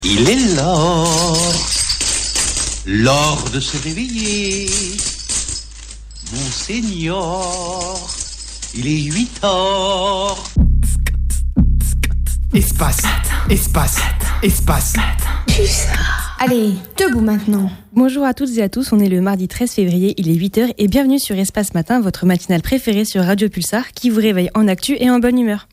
Il est l'heure de se réveiller, Monseigneur, il est 8h. Espace. Allez, debout maintenant. Bonjour à toutes et à tous, on est le mardi 13 février, il est 8h et bienvenue sur Espace Matin, votre matinale préférée sur Radio Pulsar qui vous réveille en actu et en bonne humeur.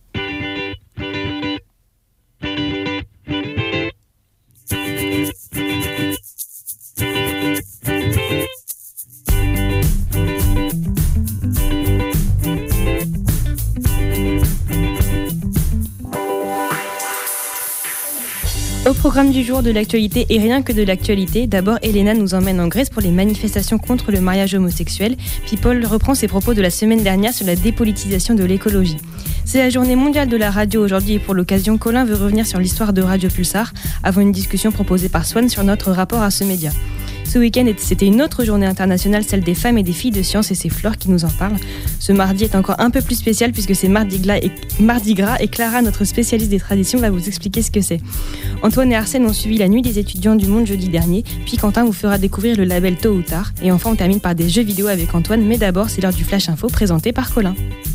Au programme du jour, de l'actualité et rien que de l'actualité, d'abord Elena nous emmène en Grèce pour les manifestations contre le mariage homosexuel, puis Paul reprend ses propos de la semaine dernière sur la dépolitisation de l'écologie. C'est la journée mondiale de la radio aujourd'hui et pour l'occasion, Colin veut revenir sur l'histoire de Radio Pulsar avant une discussion proposée par Swan sur notre rapport à ce média. Ce week-end, c'était une autre journée internationale, celle des femmes et des filles de science et c'est Flore qui nous en parle. Ce mardi est encore un peu plus spécial puisque c'est Mardi Gras et Clara, notre spécialiste des traditions, va vous expliquer ce que c'est. Antoine et Arsène ont suivi la nuit des étudiants du monde jeudi dernier, puis Quentin vous fera découvrir le label Tôt ou Tard. Et enfin, on termine par des jeux vidéo avec Antoine, mais d'abord, c'est l'heure du Flash Info présenté par Colin.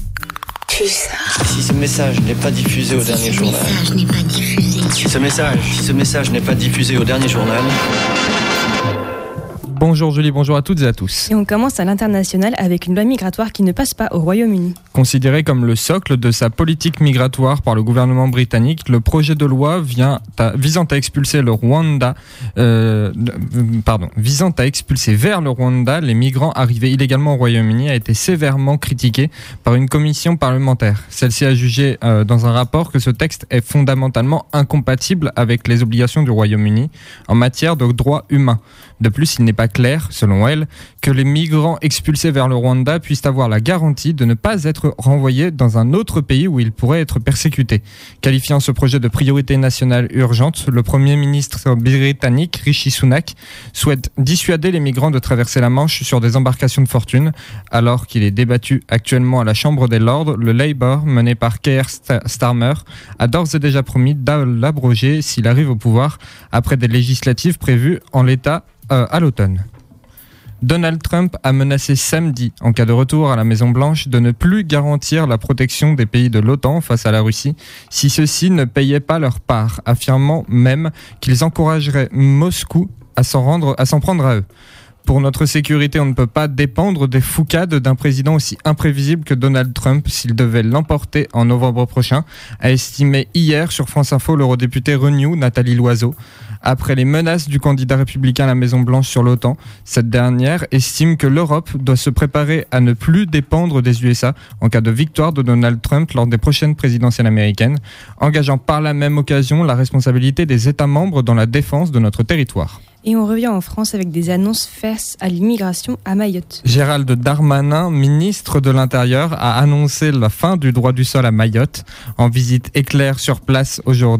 Si ce message n'est pas diffusé au dernier journal. Si ce message n'est pas diffusé au dernier journal. Bonjour Julie, bonjour à toutes et à tous. Et on commence à l'international avec une loi migratoire qui ne passe pas au Royaume-Uni. Considéré comme le socle de sa politique migratoire par le gouvernement britannique, le projet de loi visant à expulser vers le Rwanda les migrants arrivés illégalement au Royaume-Uni a été sévèrement critiqué par une commission parlementaire. Celle-ci a jugé dans un rapport que ce texte est fondamentalement incompatible avec les obligations du Royaume-Uni en matière de droits humains. De plus, il n'est pas clair, selon elle, que les migrants expulsés vers le Rwanda puissent avoir la garantie de ne pas être renvoyés dans un autre pays où ils pourraient être persécutés. Qualifiant ce projet de priorité nationale urgente, le Premier ministre britannique, Rishi Sunak, souhaite dissuader les migrants de traverser la Manche sur des embarcations de fortune. Alors qu'il est débattu actuellement à la Chambre des Lords, le Labour, mené par Keir Starmer, a d'ores et déjà promis de l'abroger s'il arrive au pouvoir, après des législatives prévues en l'état à l'automne. Donald Trump a menacé samedi, en cas de retour à la Maison-Blanche, de ne plus garantir la protection des pays de l'OTAN face à la Russie si ceux-ci ne payaient pas leur part, affirmant même qu'ils encourageraient Moscou à s'en prendre à eux. Pour notre sécurité, on ne peut pas dépendre des foucades d'un président aussi imprévisible que Donald Trump s'il devait l'emporter en novembre prochain, a estimé hier sur France Info l'eurodéputée Renew Nathalie Loiseau. Après les menaces du candidat républicain à la Maison-Blanche sur l'OTAN, cette dernière estime que l'Europe doit se préparer à ne plus dépendre des USA en cas de victoire de Donald Trump lors des prochaines présidentielles américaines, engageant par la même occasion la responsabilité des États membres dans la défense de notre territoire. Et on revient en France avec des annonces face à l'immigration à Mayotte. Gérald Darmanin, ministre de l'Intérieur, a annoncé la fin du droit du sol à Mayotte en visite éclair sur place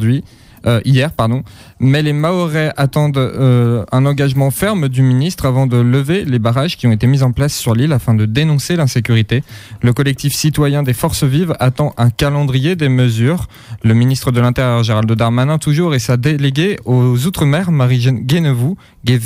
hier, mais les Mahorais attendent un engagement ferme du ministre avant de lever les barrages qui ont été mis en place sur l'île afin de dénoncer l'insécurité. Le collectif citoyen des Forces Vives attend un calendrier des mesures. Le ministre de l'Intérieur, Gérald Darmanin, toujours, et sa déléguée aux Outre-mer, Marie-Jeanne Guévenoux,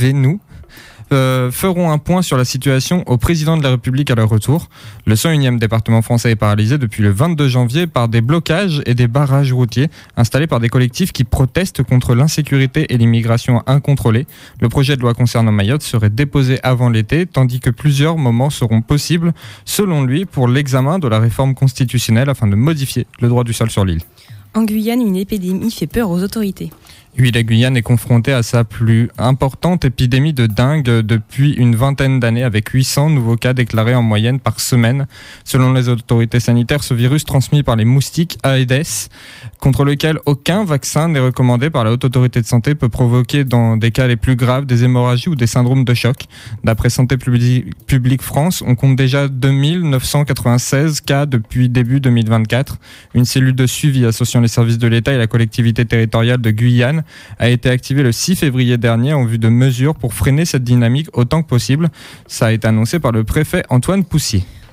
feront un point sur la situation au président de la République à leur retour. Le 101e département français est paralysé depuis le 22 janvier par des blocages et des barrages routiers installés par des collectifs qui protestent contre l'insécurité et l'immigration incontrôlée. Le projet de loi concernant Mayotte serait déposé avant l'été, tandis que plusieurs moments seront possibles, selon lui, pour l'examen de la réforme constitutionnelle afin de modifier le droit du sol sur l'île. En Guyane, une épidémie fait peur aux autorités. Oui, la Guyane est confrontée à sa plus importante épidémie de dengue depuis une vingtaine d'années, avec 800 nouveaux cas déclarés en moyenne par semaine. Selon les autorités sanitaires, ce virus transmis par les moustiques Aedes, contre lequel aucun vaccin n'est recommandé par la Haute Autorité de Santé, peut provoquer dans des cas les plus graves des hémorragies ou des syndromes de choc. D'après Santé publique France, on compte déjà 2996 cas depuis début 2024. Une cellule de suivi associant les services de l'État et la collectivité territoriale de Guyane a été activée le 6 février dernier en vue de mesures pour freiner cette dynamique autant que possible. Ça a été annoncé par le préfet Antoine Poussier.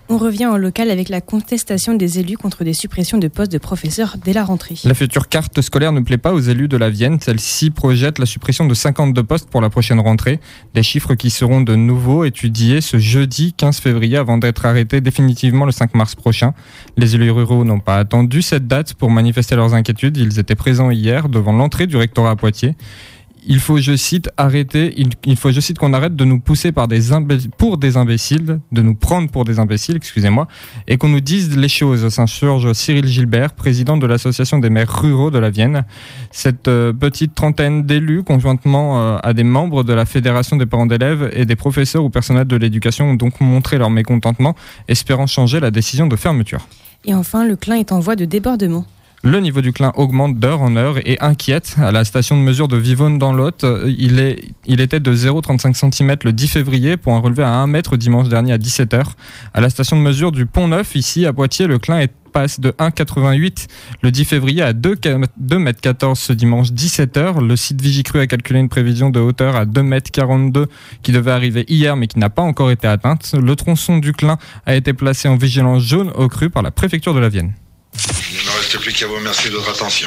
On revient en local avec la contestation des élus contre des suppressions de postes de professeurs dès la rentrée. La future carte scolaire ne plaît pas aux élus de la Vienne. Celle-ci projette la suppression de 52 postes pour la prochaine rentrée. Des chiffres qui seront de nouveau étudiés ce jeudi 15 février avant d'être arrêtés définitivement le 5 mars prochain. Les élus ruraux n'ont pas attendu cette date pour manifester leurs inquiétudes. Ils étaient présents hier devant l'entrée du rectorat à Poitiers. Il faut, je cite, qu'on arrête de nous pousser pour des imbéciles, de nous prendre pour des imbéciles, et qu'on nous dise les choses, s'insurge Cyril Gilbert, président de l'association des maires ruraux de la Vienne. Cette petite trentaine d'élus, conjointement à des membres de la fédération des parents d'élèves et des professeurs ou personnels de l'éducation, ont donc montré leur mécontentement, espérant changer la décision de fermeture. Et enfin, le Clin est en voie de débordement. Le niveau du Clin augmente d'heure en heure et inquiète. À la station de mesure de Vivonne dans l'Aude, il était de 0,35 cm le 10 février pour un relevé à 1 mètre dimanche dernier à 17h. À la station de mesure du Pont-Neuf, ici à Poitiers, le Clin passe de 1,88 le 10 février à 2,14 m ce dimanche 17h. Le site Vigicru a calculé une prévision de hauteur à 2,42 m qui devait arriver hier mais qui n'a pas encore été atteinte. Le tronçon du Clin a été placé en vigilance jaune au cru par la préfecture de la Vienne. Il ne me reste plus qu'à vous remercier de votre attention.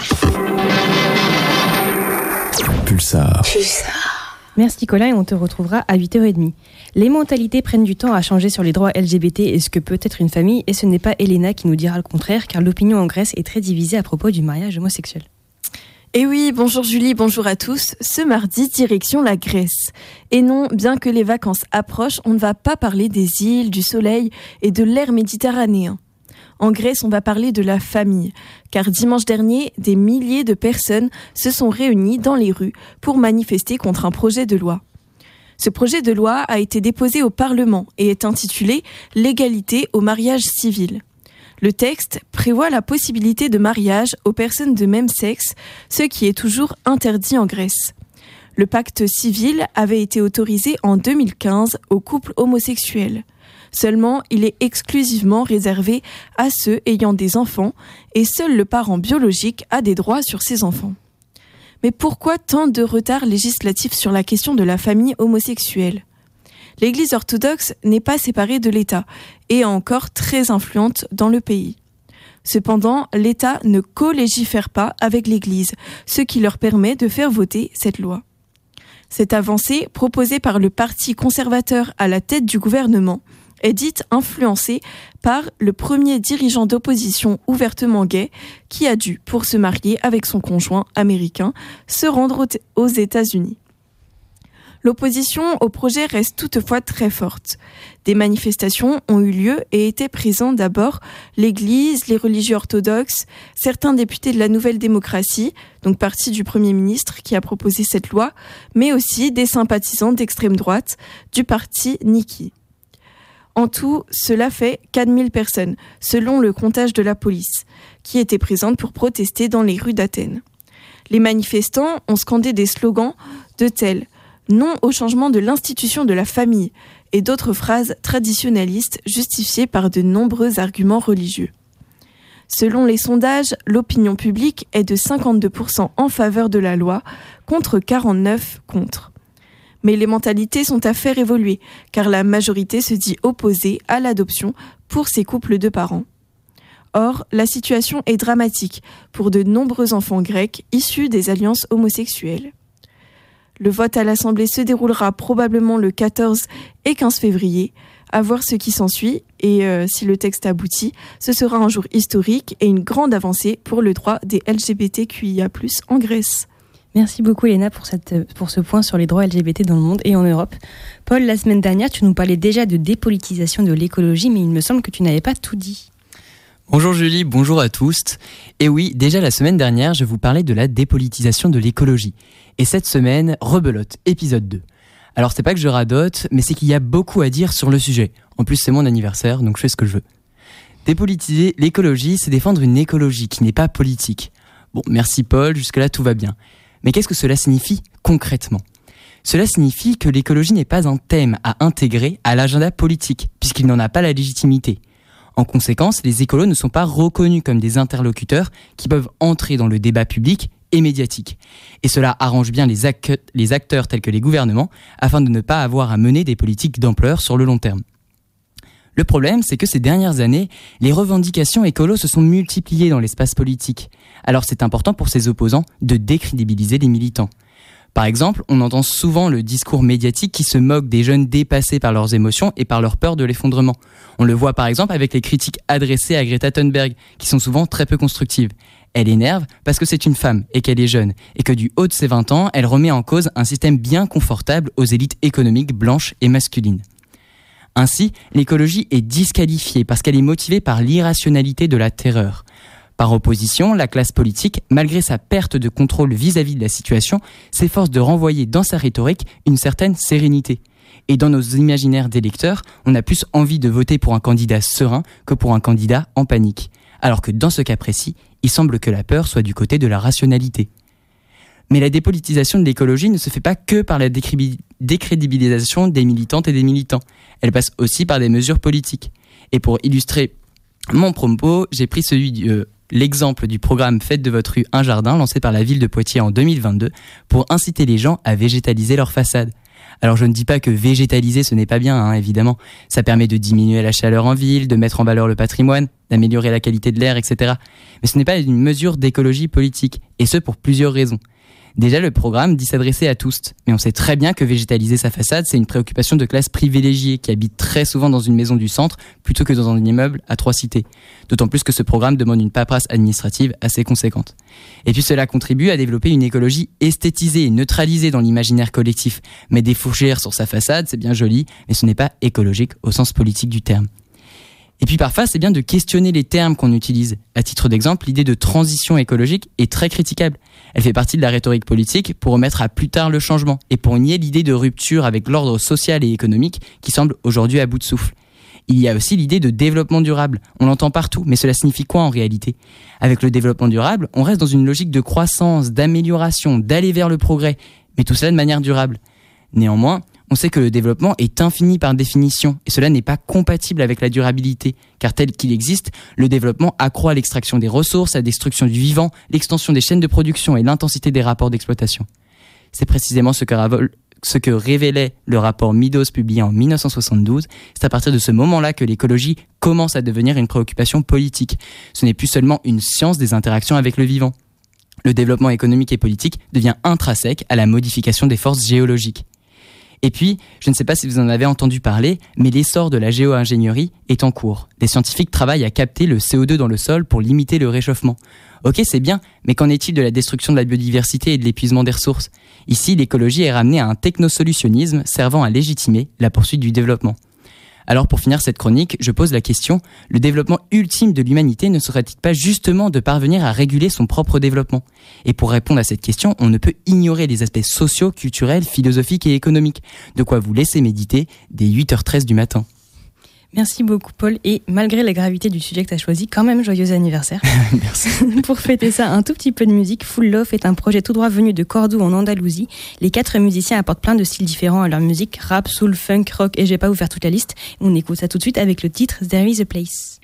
Pulsar. Merci Colin et on te retrouvera à 8h30. Les mentalités prennent du temps à changer sur les droits LGBT et ce que peut être une famille, et ce n'est pas Elena qui nous dira le contraire, car l'opinion en Grèce est très divisée à propos du mariage homosexuel. Et oui, bonjour Julie, bonjour à tous. Ce mardi, direction la Grèce. Et non, bien que les vacances approchent, on ne va pas parler des îles, du soleil et de l'air méditerranéen. En Grèce, on va parler de la famille, car dimanche dernier, des milliers de personnes se sont réunies dans les rues pour manifester contre un projet de loi. Ce projet de loi a été déposé au Parlement et est intitulé « L'égalité au mariage civil ». Le texte prévoit la possibilité de mariage aux personnes de même sexe, ce qui est toujours interdit en Grèce. Le pacte civil avait été autorisé en 2015 aux couples homosexuels. Seulement, il est exclusivement réservé à ceux ayant des enfants et seul le parent biologique a des droits sur ses enfants. Mais pourquoi tant de retard législatif sur la question de la famille homosexuelle ? L'Église orthodoxe n'est pas séparée de l'État et est encore très influente dans le pays. Cependant, l'État ne co-légifère pas avec l'Église, ce qui leur permet de faire voter cette loi. Cette avancée, proposée par le parti conservateur à la tête du gouvernement, est dite influencée par le premier dirigeant d'opposition ouvertement gay qui a dû, pour se marier avec son conjoint américain, se rendre aux États-Unis. L'opposition au projet reste toutefois très forte. Des manifestations ont eu lieu et étaient présents d'abord l'Église, les religieux orthodoxes, certains députés de la Nouvelle Démocratie, donc parti du Premier ministre qui a proposé cette loi, mais aussi des sympathisants d'extrême droite du parti Niki. En tout, cela fait 4000 personnes, selon le comptage de la police, qui étaient présentes pour protester dans les rues d'Athènes. Les manifestants ont scandé des slogans de tels « Non au changement de l'institution de la famille » et d'autres phrases traditionnalistes justifiées par de nombreux arguments religieux. Selon les sondages, l'opinion publique est de 52% en faveur de la loi, contre 49% contre. Mais les mentalités sont à faire évoluer, car la majorité se dit opposée à l'adoption pour ces couples de parents. Or, la situation est dramatique pour de nombreux enfants grecs issus des alliances homosexuelles. Le vote à l'Assemblée se déroulera probablement le 14 et 15 février. À voir ce qui s'ensuit et si le texte aboutit, ce sera un jour historique et une grande avancée pour le droit des LGBTQIA+ en Grèce. Merci beaucoup Léna pour ce point sur les droits LGBT dans le monde et en Europe. Paul, la semaine dernière, tu nous parlais déjà de dépolitisation de l'écologie, mais il me semble que tu n'avais pas tout dit. Bonjour Julie, bonjour à tous. Et oui, déjà la semaine dernière, je vous parlais de la dépolitisation de l'écologie. Et cette semaine, rebelote, épisode 2. Alors c'est pas que je radote, mais c'est qu'il y a beaucoup à dire sur le sujet. En plus c'est mon anniversaire, donc je fais ce que je veux. Dépolitiser l'écologie, c'est défendre une écologie qui n'est pas politique. Bon, merci Paul, jusque-là tout va bien. Mais qu'est-ce que cela signifie concrètement ? Cela signifie que l'écologie n'est pas un thème à intégrer à l'agenda politique, puisqu'il n'en a pas la légitimité. En conséquence, les écolos ne sont pas reconnus comme des interlocuteurs qui peuvent entrer dans le débat public et médiatique. Et cela arrange bien les acteurs tels que les gouvernements, afin de ne pas avoir à mener des politiques d'ampleur sur le long terme. Le problème, c'est que ces dernières années, les revendications écolos se sont multipliées dans l'espace politique. Alors c'est important pour ses opposants de décrédibiliser les militants. Par exemple, on entend souvent le discours médiatique qui se moque des jeunes dépassés par leurs émotions et par leur peur de l'effondrement. On le voit par exemple avec les critiques adressées à Greta Thunberg, qui sont souvent très peu constructives. Elle énerve parce que c'est une femme et qu'elle est jeune, et que du haut de ses 20 ans, elle remet en cause un système bien confortable aux élites économiques blanches et masculines. Ainsi, l'écologie est disqualifiée parce qu'elle est motivée par l'irrationalité de la terreur. Par opposition, la classe politique, malgré sa perte de contrôle vis-à-vis de la situation, s'efforce de renvoyer dans sa rhétorique une certaine sérénité. Et dans nos imaginaires d'électeurs, on a plus envie de voter pour un candidat serein que pour un candidat en panique. Alors que dans ce cas précis, il semble que la peur soit du côté de la rationalité. Mais la dépolitisation de l'écologie ne se fait pas que par la décrédibilisation des militantes et des militants. Elle passe aussi par des mesures politiques. Et pour illustrer mon propos, j'ai pris l'exemple du programme Faites de votre rue un jardin lancé par la ville de Poitiers en 2022 pour inciter les gens à végétaliser leur façade. Alors je ne dis pas que végétaliser ce n'est pas bien, évidemment. Ça permet de diminuer la chaleur en ville, de mettre en valeur le patrimoine, d'améliorer la qualité de l'air, etc. Mais ce n'est pas une mesure d'écologie politique, et ce pour plusieurs raisons. Déjà, le programme dit s'adresser à tous, mais on sait très bien que végétaliser sa façade, c'est une préoccupation de classe privilégiée qui habite très souvent dans une maison du centre plutôt que dans un immeuble à 3 cités. D'autant plus que ce programme demande une paperasse administrative assez conséquente. Et puis cela contribue à développer une écologie esthétisée et neutralisée dans l'imaginaire collectif. Mais des fourchères sur sa façade, c'est bien joli, mais ce n'est pas écologique au sens politique du terme. Et puis parfois, c'est bien de questionner les termes qu'on utilise. À titre d'exemple, l'idée de transition écologique est très critiquable. Elle fait partie de la rhétorique politique pour remettre à plus tard le changement et pour nier l'idée de rupture avec l'ordre social et économique qui semble aujourd'hui à bout de souffle. Il y a aussi l'idée de développement durable. On l'entend partout, mais cela signifie quoi en réalité ? Avec le développement durable, on reste dans une logique de croissance, d'amélioration, d'aller vers le progrès, mais tout cela de manière durable. Néanmoins, on sait que le développement est infini par définition, et cela n'est pas compatible avec la durabilité, car tel qu'il existe, le développement accroît l'extraction des ressources, la destruction du vivant, l'extension des chaînes de production et l'intensité des rapports d'exploitation. C'est précisément ce que révélait le rapport Meadows publié en 1972. C'est à partir de ce moment-là que l'écologie commence à devenir une préoccupation politique. Ce n'est plus seulement une science des interactions avec le vivant. Le développement économique et politique devient intrinsèque à la modification des forces géologiques. Et puis, je ne sais pas si vous en avez entendu parler, mais l'essor de la géo-ingénierie est en cours. Les scientifiques travaillent à capter le CO2 dans le sol pour limiter le réchauffement. Ok, c'est bien, mais qu'en est-il de la destruction de la biodiversité et de l'épuisement des ressources ? Ici, l'écologie est ramenée à un technosolutionnisme servant à légitimer la poursuite du développement. Alors pour finir cette chronique, je pose la question, le développement ultime de l'humanité ne serait-il pas justement de parvenir à réguler son propre développement ? Et pour répondre à cette question, on ne peut ignorer les aspects sociaux, culturels, philosophiques et économiques. De quoi vous laisser méditer dès 8h13 du matin. Merci beaucoup Paul, et malgré la gravité du sujet que tu as choisi, quand même joyeux anniversaire. Merci. Pour fêter ça, un tout petit peu de musique. Full Love est un projet tout droit venu de Cordoue en Andalousie. Les 4 musiciens apportent plein de styles différents à leur musique, rap, soul, funk, rock, et je vais pas vous faire toute la liste. On écoute ça tout de suite avec le titre There Is a Place.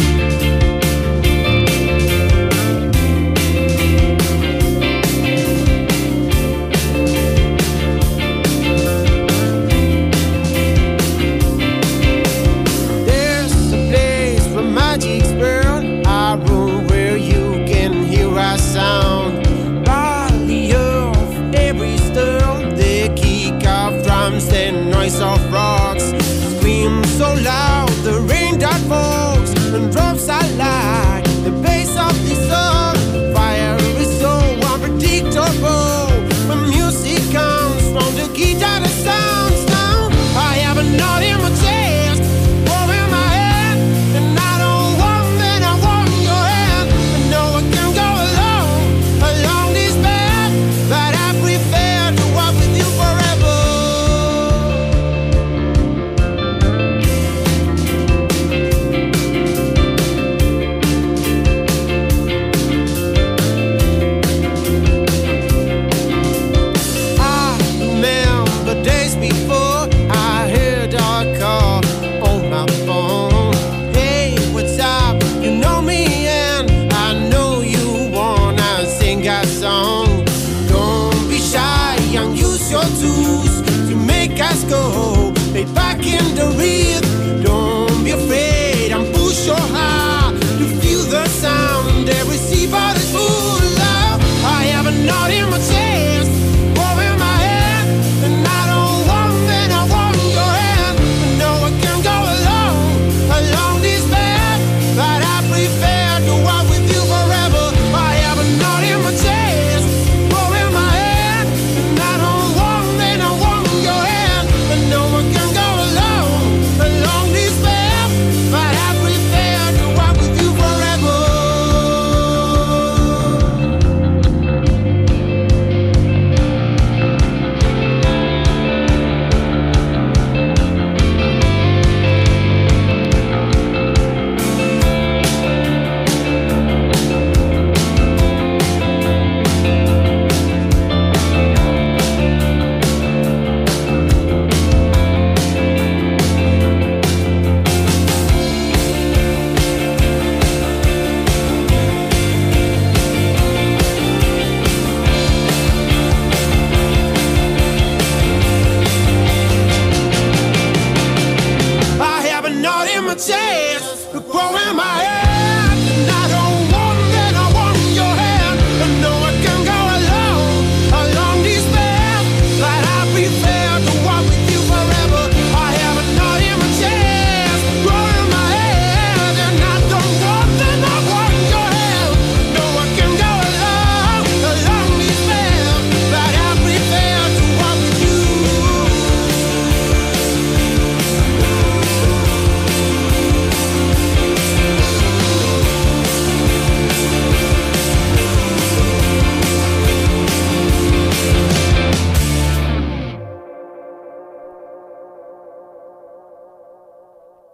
Of rocks scream so loud, the rain that falls and drops are like the bass of the sun. Fire is so unpredictable. When music comes from the guitar, the sounds now. I have a knot in my chest, war in my head, and I don't want that, I want your hand. I know I can go along this path, but I prefer to walk with you forever. Go, lay back in the reef. Don't be afraid.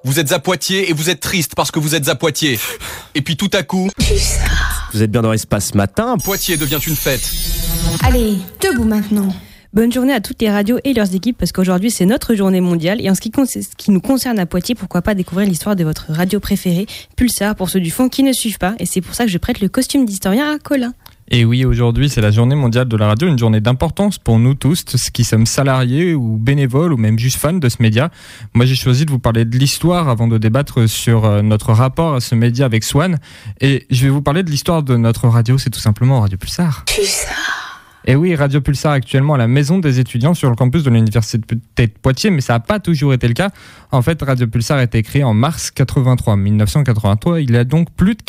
Vous êtes à Poitiers et vous êtes triste parce que vous êtes à Poitiers. Et puis tout à coup... Vous êtes bien dans Espace Matin. Poitiers devient une fête. Allez, debout maintenant. Bonne journée à toutes les radios et leurs équipes parce qu'aujourd'hui c'est notre journée mondiale et en ce qui nous concerne à Poitiers, pourquoi pas découvrir l'histoire de votre radio préférée, Pulsar, pour ceux du fond qui ne suivent pas, et c'est pour ça que je prête le costume d'historien à Colin. Et oui, aujourd'hui c'est la journée mondiale de la radio, une journée d'importance pour nous tous qui sommes salariés ou bénévoles ou même juste fans de ce média. Moi j'ai choisi de vous parler de l'histoire avant de débattre sur notre rapport à ce média avec Swan, et je vais vous parler de l'histoire de notre radio, c'est tout simplement Radio Pulsar. Et oui, Radio Pulsar actuellement à la maison des étudiants sur le campus de l'université de Poitiers, mais ça n'a pas toujours été le cas. En fait, Radio Pulsar a été créé en mars 1983. Il a donc plus de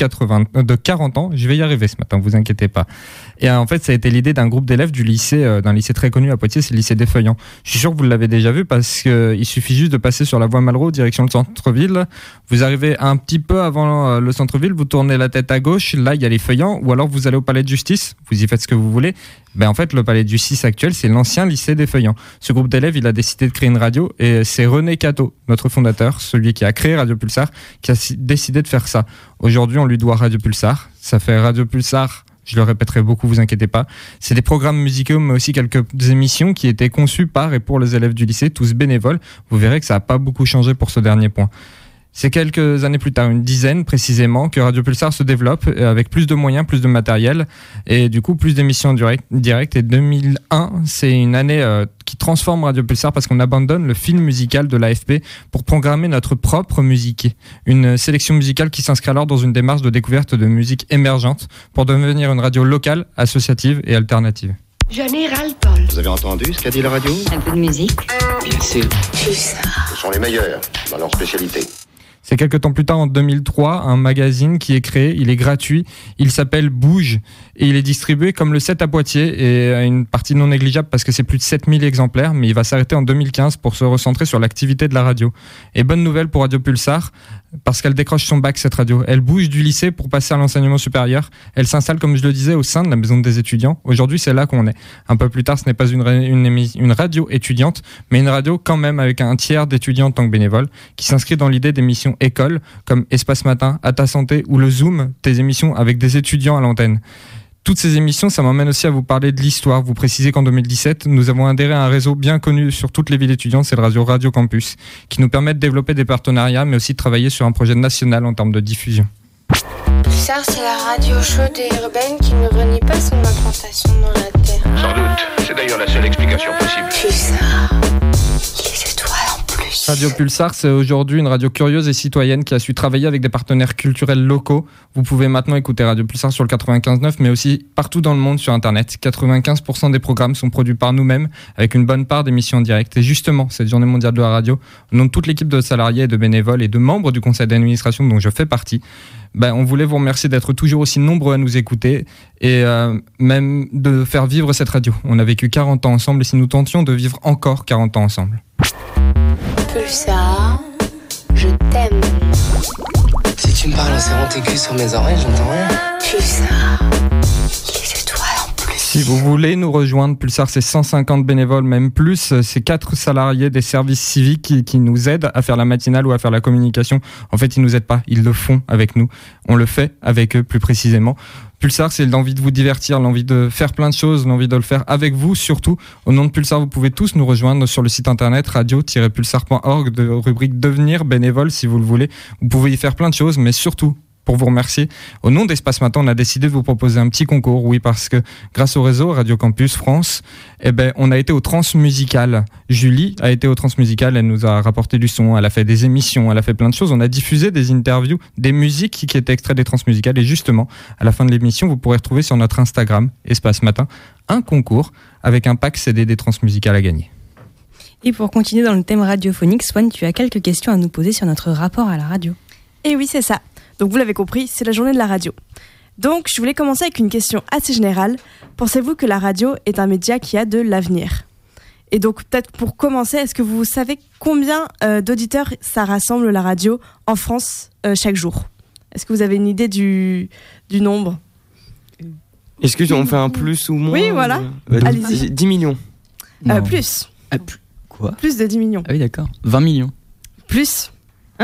40 ans. Je vais y arriver ce matin, vous inquiétez pas. Et en fait, ça a été l'idée d'un groupe d'élèves du lycée, d'un lycée très connu à Poitiers, c'est le lycée des Feuillants. Je suis sûr que vous l'avez déjà vu parce qu'il suffit juste de passer sur la voie Malraux direction le centre-ville. Vous arrivez un petit peu avant le centre-ville, vous tournez la tête à gauche, là il y a les Feuillants, ou alors vous allez au palais de justice, vous y faites ce que vous voulez. En fait, le palais de justice actuel, c'est l'ancien lycée des Feuillants. Ce groupe d'élèves, il a décidé de créer une radio et c'est René Cateau, notre fondateur, celui qui a créé Radio Pulsar, qui a décidé de faire ça. Aujourd'hui, on lui doit Radio Pulsar. Ça fait Radio Pulsar, je le répéterai beaucoup, vous inquiétez pas. C'est des programmes musicaux, mais aussi quelques émissions qui étaient conçues par et pour les élèves du lycée, tous bénévoles. Vous verrez que ça n'a pas beaucoup changé pour ce dernier point. C'est quelques années plus tard, une dizaine précisément, que Radio Pulsar se développe avec plus de moyens, plus de matériel et du coup plus d'émissions directes. Et 2001, c'est une année qui transforme Radio Pulsar parce qu'on abandonne le film musical de l'AFP pour programmer notre propre musique. Une sélection musicale qui s'inscrit alors dans une démarche de découverte de musique émergente pour devenir une radio locale, associative et alternative. Général Paul. Vous avez entendu ce qu'a dit la radio? Un peu de musique. Bien sûr. Pulsar. Ce sont les meilleurs dans leur spécialité. C'est quelques temps plus tard, en 2003, un magazine qui est créé, il est gratuit, il s'appelle Bouge et il est distribué comme le 7 à Poitiers et à une partie non négligeable parce que c'est plus de 7000 exemplaires, mais il va s'arrêter en 2015 pour se recentrer sur l'activité de la radio. Et bonne nouvelle pour Radio Pulsar, parce qu'elle décroche son bac, cette radio. Elle bouge du lycée pour passer à l'enseignement supérieur. Elle s'installe, comme je le disais, au sein de la maison des étudiants. Aujourd'hui, c'est là qu'on est. Un peu plus tard, ce n'est pas une radio étudiante, mais une radio quand même avec un tiers d'étudiants en tant que bénévoles, qui s'inscrit dans l'idée d'émissions écoles, comme Espace Matin, À ta santé ou le Zoom, des émissions avec des étudiants à l'antenne. Toutes ces émissions, ça m'emmène aussi à vous parler de l'histoire. Vous précisez qu'en 2017, nous avons adhéré à un réseau bien connu sur toutes les villes étudiantes, c'est le réseau Radio Campus, qui nous permet de développer des partenariats, mais aussi de travailler sur un projet national en termes de diffusion. Pulsar, c'est la radio chaude et urbaine qui ne renie pas son implantation dans la Terre. Sans doute. C'est d'ailleurs la seule explication possible. Pulsar, les étoiles en plus. Radio Pulsar, c'est aujourd'hui une radio curieuse et citoyenne qui a su travailler avec des partenaires culturels locaux. Vous pouvez maintenant écouter Radio Pulsar sur le 95.9, mais aussi partout dans le monde sur Internet. 95% des programmes sont produits par nous-mêmes, avec une bonne part d'émissions en direct. Et justement, cette journée mondiale de la radio, au nom de toute l'équipe de salariés et de bénévoles et de membres du conseil d'administration dont je fais partie, on voulait vous remercier d'être toujours aussi nombreux à nous écouter et même de faire vivre cette radio. On a vécu 40 ans ensemble et si nous tentions de vivre encore 40 ans ensemble. Pulsar, je t'aime. Si tu me parles en serrant tes culs sur mes oreilles, j'entends rien. Pulsar, les étoiles en plus. Si vous voulez nous rejoindre, Pulsar, c'est 150 bénévoles, même plus. C'est 4 salariés des services civiques qui nous aident à faire la matinale ou à faire la communication. En fait, ils nous aident pas, ils le font avec nous. On le fait avec eux, plus précisément. Pulsar, c'est l'envie de vous divertir, l'envie de faire plein de choses, l'envie de le faire avec vous surtout. Au nom de Pulsar, vous pouvez tous nous rejoindre sur le site internet radio-pulsar.org de rubrique devenir bénévole si vous le voulez. Vous pouvez y faire plein de choses, mais surtout, pour vous remercier, au nom d'Espace Matin, on a décidé de vous proposer un petit concours. Oui, parce que grâce au réseau Radio Campus France, on a été au Transmusical. Julie a été au Transmusical, elle nous a rapporté du son, elle a fait des émissions, elle a fait plein de choses. On a diffusé des interviews, des musiques qui étaient extraits des Transmusicales. Et justement, à la fin de l'émission, vous pourrez retrouver sur notre Instagram, Espace Matin, un concours avec un pack CD des Transmusicales à gagner. Et pour continuer dans le thème radiophonique, Swan, tu as quelques questions à nous poser sur notre rapport à la radio. Et oui, c'est ça. Donc vous l'avez compris, c'est la journée de la radio. Donc je voulais commencer avec une question assez générale. Pensez-vous que la radio est un média qui a de l'avenir ? Et donc peut-être pour commencer, est-ce que vous savez combien d'auditeurs ça rassemble la radio en France chaque jour ? Est-ce que vous avez une idée du nombre ? Est-ce qu'on fait un plus ou moins ? Oui, voilà. Allez-y. 10 millions. Plus. Quoi ? Plus de 10 millions. Ah oui, d'accord. 20 millions. Plus.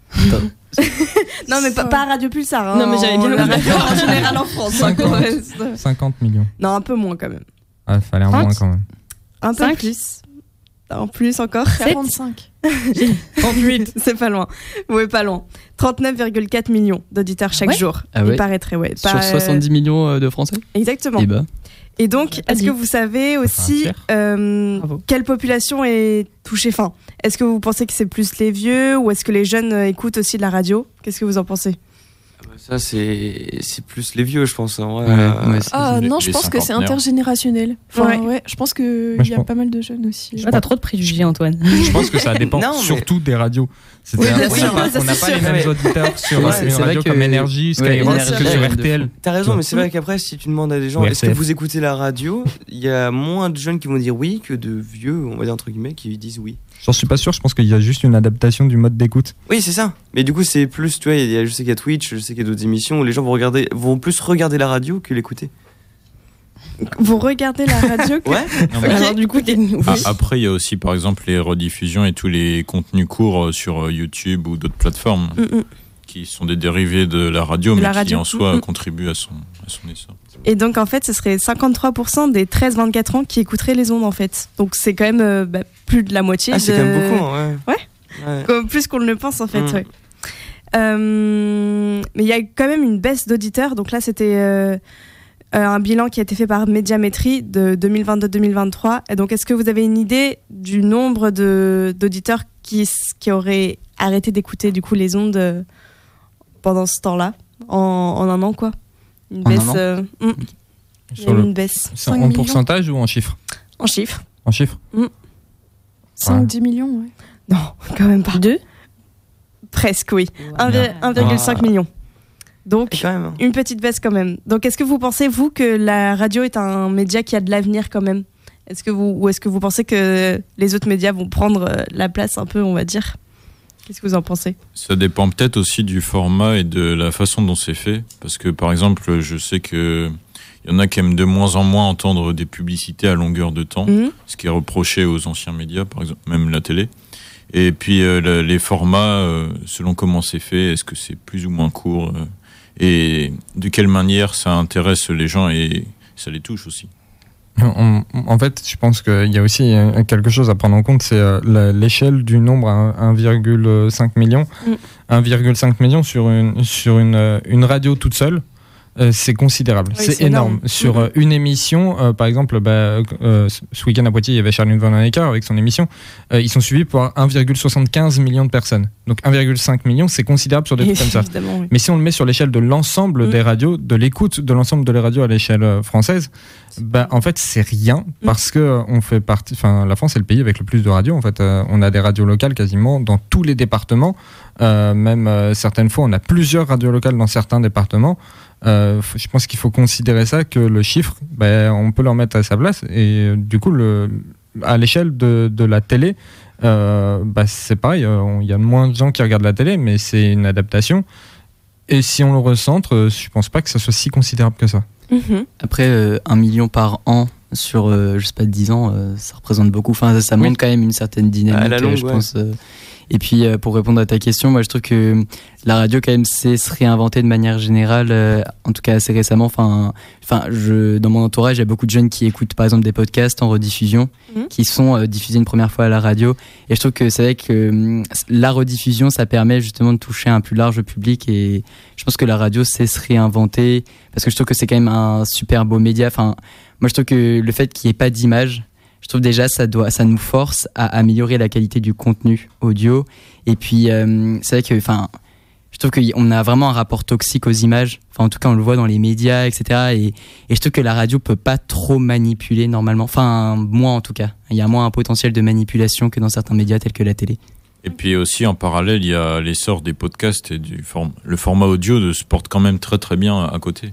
Non, mais pas Radio Pulsar. Hein, non, mais j'avais bien la radio en général en France. 50 millions. Non, un peu moins quand même. Ah, ça a l'air moins quand même. Un peu plus. En plus encore. 45. 38. C'est pas loin. Ouais, pas loin. 39,4 millions d'auditeurs chaque jour. Ah ouais. Il paraîtrait, ouais. Sur 70 millions de Français. Exactement. Et donc, est-ce que vous savez aussi quelle population est touchée ? Enfin, est-ce que vous pensez que c'est plus les vieux ou est-ce que les jeunes écoutent aussi de la radio ? Qu'est-ce que vous en pensez ? Ça, c'est plus les vieux, je pense. En vrai. Non, je pense que c'est intergénérationnel. Enfin, je pense qu'il y a pas mal de jeunes aussi. T'as trop de préjugés, Antoine. Je pense que ça dépend surtout des radios. On n'a pas les mêmes auditeurs sur une radio comme Énergie, Skyrock que sur RTL. T'as raison, mais c'est vrai qu'après, si tu demandes à des gens, est-ce que vous écoutez la radio ? Il y a moins de jeunes qui vont dire oui que de vieux, on va dire entre guillemets, qui disent oui. J'en suis pas sûr, je pense qu'il y a juste une adaptation du mode d'écoute. Oui, c'est ça. Mais du coup, c'est plus, tu vois, je sais qu'il y a Twitch, je sais qu'il y a d'autres émissions où les gens vont plus regarder la radio que l'écouter. Vous regardez la radio Ouais. Alors, du coup, après, il y a aussi, par exemple, les rediffusions et tous les contenus courts sur YouTube ou d'autres plateformes qui sont des dérivés de la radio, mais qui en soi contribuent à son essor. Et donc, en fait, ce serait 53% des 13-24 ans qui écouteraient les ondes, en fait. Donc, c'est quand même plus de la moitié. C'est quand même beaucoup, ouais. Comme plus qu'on ne le pense, en fait, ouais. Mais il y a quand même une baisse d'auditeurs. Donc là, c'était un bilan qui a été fait par Médiamétrie de 2022-2023. Et donc, est-ce que vous avez une idée du nombre d'auditeurs qui auraient arrêté d'écouter, du coup, les ondes pendant ce temps-là, en un an, quoi ? Une baisse. Une baisse. En pourcentage ou en chiffres ? En chiffres. En chiffres 5-10 millions, ouais. Non, quand même pas. 2 ? Presque, oui. 1,5 million. Donc, une petite baisse quand même. Donc, est-ce que vous pensez, vous, que la radio est un média qui a de l'avenir quand même ? Ou est-ce que vous pensez que les autres médias vont prendre la place un peu, on va dire ? Qu'est-ce que vous en pensez ? Ça dépend peut-être aussi du format et de la façon dont c'est fait. Parce que, par exemple, je sais qu'il y en a qui aiment de moins en moins entendre des publicités à longueur de temps, ce qui est reproché aux anciens médias, par exemple, même la télé. Et puis, les formats, selon comment c'est fait, est-ce que c'est plus ou moins court et de quelle manière ça intéresse les gens et ça les touche aussi. En fait, je pense qu'il y a aussi quelque chose à prendre en compte, c'est l'échelle du nombre à 1,5 million. 1,5 million sur une radio toute seule, c'est considérable, c'est énorme. Sur une émission, par exemple, ce week-end à Poitiers, il y avait Charline Van Hanecker avec son émission, ils sont suivis par 1,75 million de personnes. Donc 1,5 million, c'est considérable sur des trucs comme ça. Oui. Mais si on le met sur l'échelle de l'ensemble des radios, de l'écoute de l'ensemble de les radios à l'échelle française, en fait, c'est rien parce que on fait partie. Enfin, la France est le pays avec le plus de radios. En fait, on a des radios locales quasiment dans tous les départements. Même certaines fois, on a plusieurs radios locales dans certains départements. Je pense qu'il faut considérer ça, que le chiffre, on peut le remettre à sa place. Et du coup, à l'échelle de la télé, c'est pareil. Il y a moins de gens qui regardent la télé, mais c'est une adaptation. Et si on le recentre, je pense pas que ça soit si considérable que ça. Après, 1 million par an sur, je sais pas, 10 ans, ça représente beaucoup. Enfin, ça montre quand même une certaine dynamique, je pense. Et puis, pour répondre à ta question, moi, je trouve que la radio, quand même, sait se réinventer de manière générale, en tout cas assez récemment. Enfin, dans mon entourage, il y a beaucoup de jeunes qui écoutent, par exemple, des podcasts en rediffusion, qui sont diffusés une première fois à la radio. Et je trouve que c'est vrai que la rediffusion, ça permet justement de toucher un plus large public. Et je pense que la radio sait se réinventer, parce que je trouve que c'est quand même un super beau média. Enfin, moi, je trouve que le fait qu'il n'y ait pas d'image, je trouve déjà ça nous force à améliorer la qualité du contenu audio. Et puis c'est vrai que je trouve qu'on a vraiment un rapport toxique aux images. Enfin, en tout cas, on le voit dans les médias, etc. Et je trouve que la radio peut pas trop manipuler normalement. Enfin, moi en tout cas, il y a moins un potentiel de manipulation que dans certains médias tels que la télé. Et puis aussi en parallèle, il y a l'essor des podcasts et le format audio se porte quand même très très bien à côté.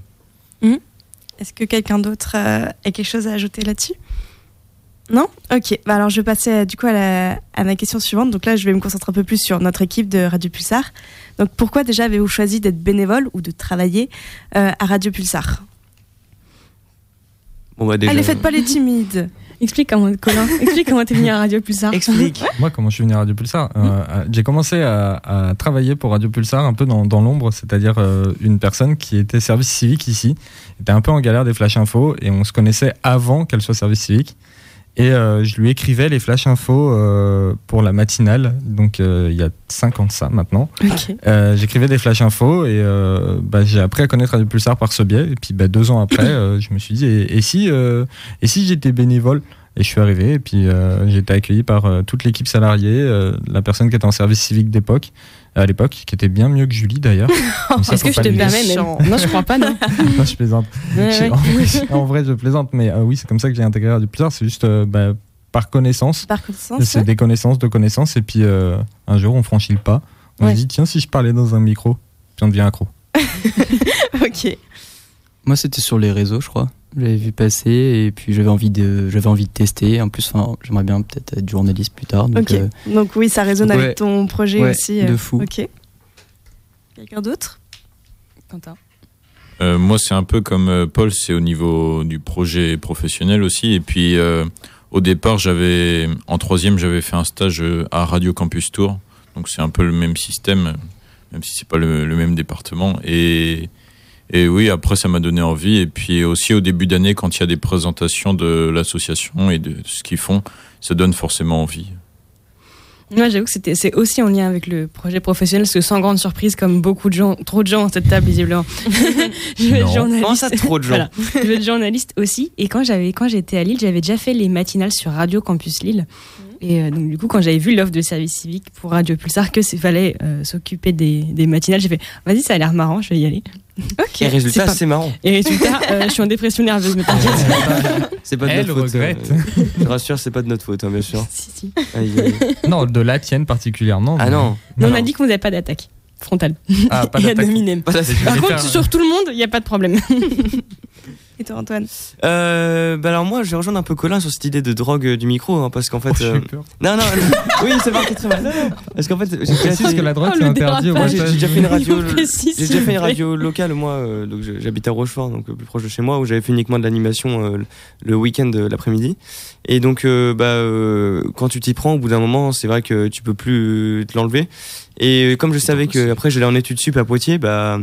Est-ce que quelqu'un d'autre a quelque chose à ajouter là-dessus ? Non ? Ok, alors je vais passer du coup à ma question suivante. Donc là, je vais me concentrer un peu plus sur notre équipe de Radio Pulsar. Donc pourquoi déjà avez-vous choisi d'être bénévole ou de travailler à Radio Pulsar ? Déjà... Allez, faites pas les timides. Explique comment t'es venu à Radio Pulsar. Explique. Moi, comment je suis venu à Radio Pulsar j'ai commencé à travailler pour Radio Pulsar un peu dans l'ombre, c'est-à-dire une personne qui était service civique ici, était un peu en galère des flash infos et on se connaissait avant qu'elle soit service civique. Et je lui écrivais les flash infos pour la matinale, donc il y a 5 ans de ça maintenant. Okay. J'écrivais des flash infos et j'ai appris à connaître Radio Pulsar par ce biais. Et puis 2 ans après, je me suis dit, et si j'étais bénévole ? Et je suis arrivé et puis j'ai été accueilli par toute l'équipe salariée, la personne qui était en service civique à l'époque, qui était bien mieux que Julie d'ailleurs. Est-ce que je te permets même ? Non, je crois pas, non. Non, je plaisante. Ouais. En vrai, je plaisante, mais oui, c'est comme ça que j'ai intégré Radio Pulsar. C'est juste par connaissance. Par connaissance. C'est des connaissances de connaissances. Et puis un jour, on franchit le pas. On se dit, tiens, si je parlais dans un micro, puis on devient accro. Ok. Moi, c'était sur les réseaux, je crois. J'avais vu passer et puis j'avais envie de tester. En plus, j'aimerais bien peut-être être journaliste plus tard. Donc, donc oui, ça résonne avec ton projet aussi. De fou. Ok. Quelqu'un d'autre ? Quentin. Moi, c'est un peu comme Paul, c'est au niveau du projet professionnel aussi. Et puis, au départ, en 3e, j'avais fait un stage à Radio Campus Tours. Donc, c'est un peu le même système, même si c'est pas le même département. Et oui, après, ça m'a donné envie. Et puis aussi, au début d'année, quand il y a des présentations de l'association et de ce qu'ils font, ça donne forcément envie. Moi, j'avoue que c'est aussi en lien avec le projet professionnel, parce que sans grande surprise, comme trop de gens à cette table, visiblement, je vais être journaliste. Comment ça, trop de gens ? Voilà. Je vais être journaliste aussi. Et quand j'étais à Lille, j'avais déjà fait les matinales sur Radio Campus Lille. Et donc du coup, quand j'avais vu l'offre de service civique pour Radio Pulsar, que fallait s'occuper des matinales, j'ai fait vas-y, ça a l'air marrant, je vais y aller. Ok. Et résultat, c'est marrant. Et résultat, je suis en dépression nerveuse, mais t'inquiète. C'est pas de notre faute. Je te rassure, c'est pas de notre faute, bien sûr. Si. Non, de la tienne particulièrement. Ah non. On a dit qu'on n'avait pas d'attaque frontale. Ah, pas d'attaque. Par contre, sur tout le monde, il n'y a pas de problème. Et toi, Antoine ? Alors moi, je vais rejoindre un peu Colin sur cette idée de drogue du micro, hein, parce qu'en fait. Non. Oui, c'est pas question. Parce qu'en fait, j'ai précise que la drogue c'est interdit. J'ai déjà fait une radio. J'ai déjà fait une radio locale, moi. Donc j'habite à Rochefort, donc plus proche de chez moi, où j'avais fait uniquement de l'animation le week-end l'après-midi. Et donc, quand tu t'y prends, au bout d'un moment, c'est vrai que tu peux plus te l'enlever. Et comme je savais que après j'allais en études sup à Poitiers,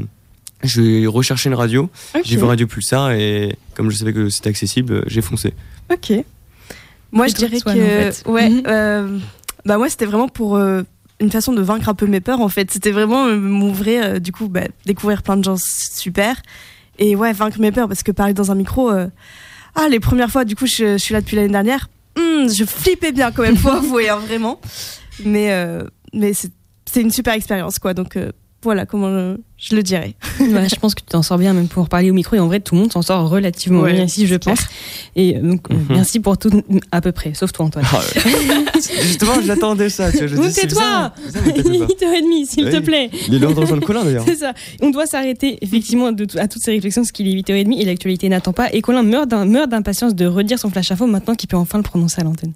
je recherchais une radio. Okay. J'ai vu Radio Pulsar et comme je savais que c'était accessible, j'ai foncé. Ok. Moi, je dirais que moi, c'était vraiment pour une façon de vaincre un peu mes peurs. En fait, c'était vraiment m'ouvrir, découvrir plein de gens super et vaincre mes peurs parce que parler dans un micro. Les premières fois, du coup, je suis là depuis l'année dernière. Je flippais bien quand même, faut avouer, vraiment. Mais c'est une super expérience, quoi. Donc voilà comment je le dirais. Je pense que tu t'en sors bien même pour parler au micro et en vrai tout le monde s'en sort relativement bien ici, je pense. Et donc merci pour tout à peu près, sauf toi Antoine. Justement, j'attendais ça. Tais-toi 8h30 s'il te plaît. Il est l'heure de rejoindre Colin d'ailleurs. C'est ça. On doit s'arrêter effectivement à toutes ces réflexions parce qu'il est 8h30 et l'actualité n'attend pas. Et Colin meurt d'impatience de redire son flash info maintenant qu'il peut enfin le prononcer à l'antenne.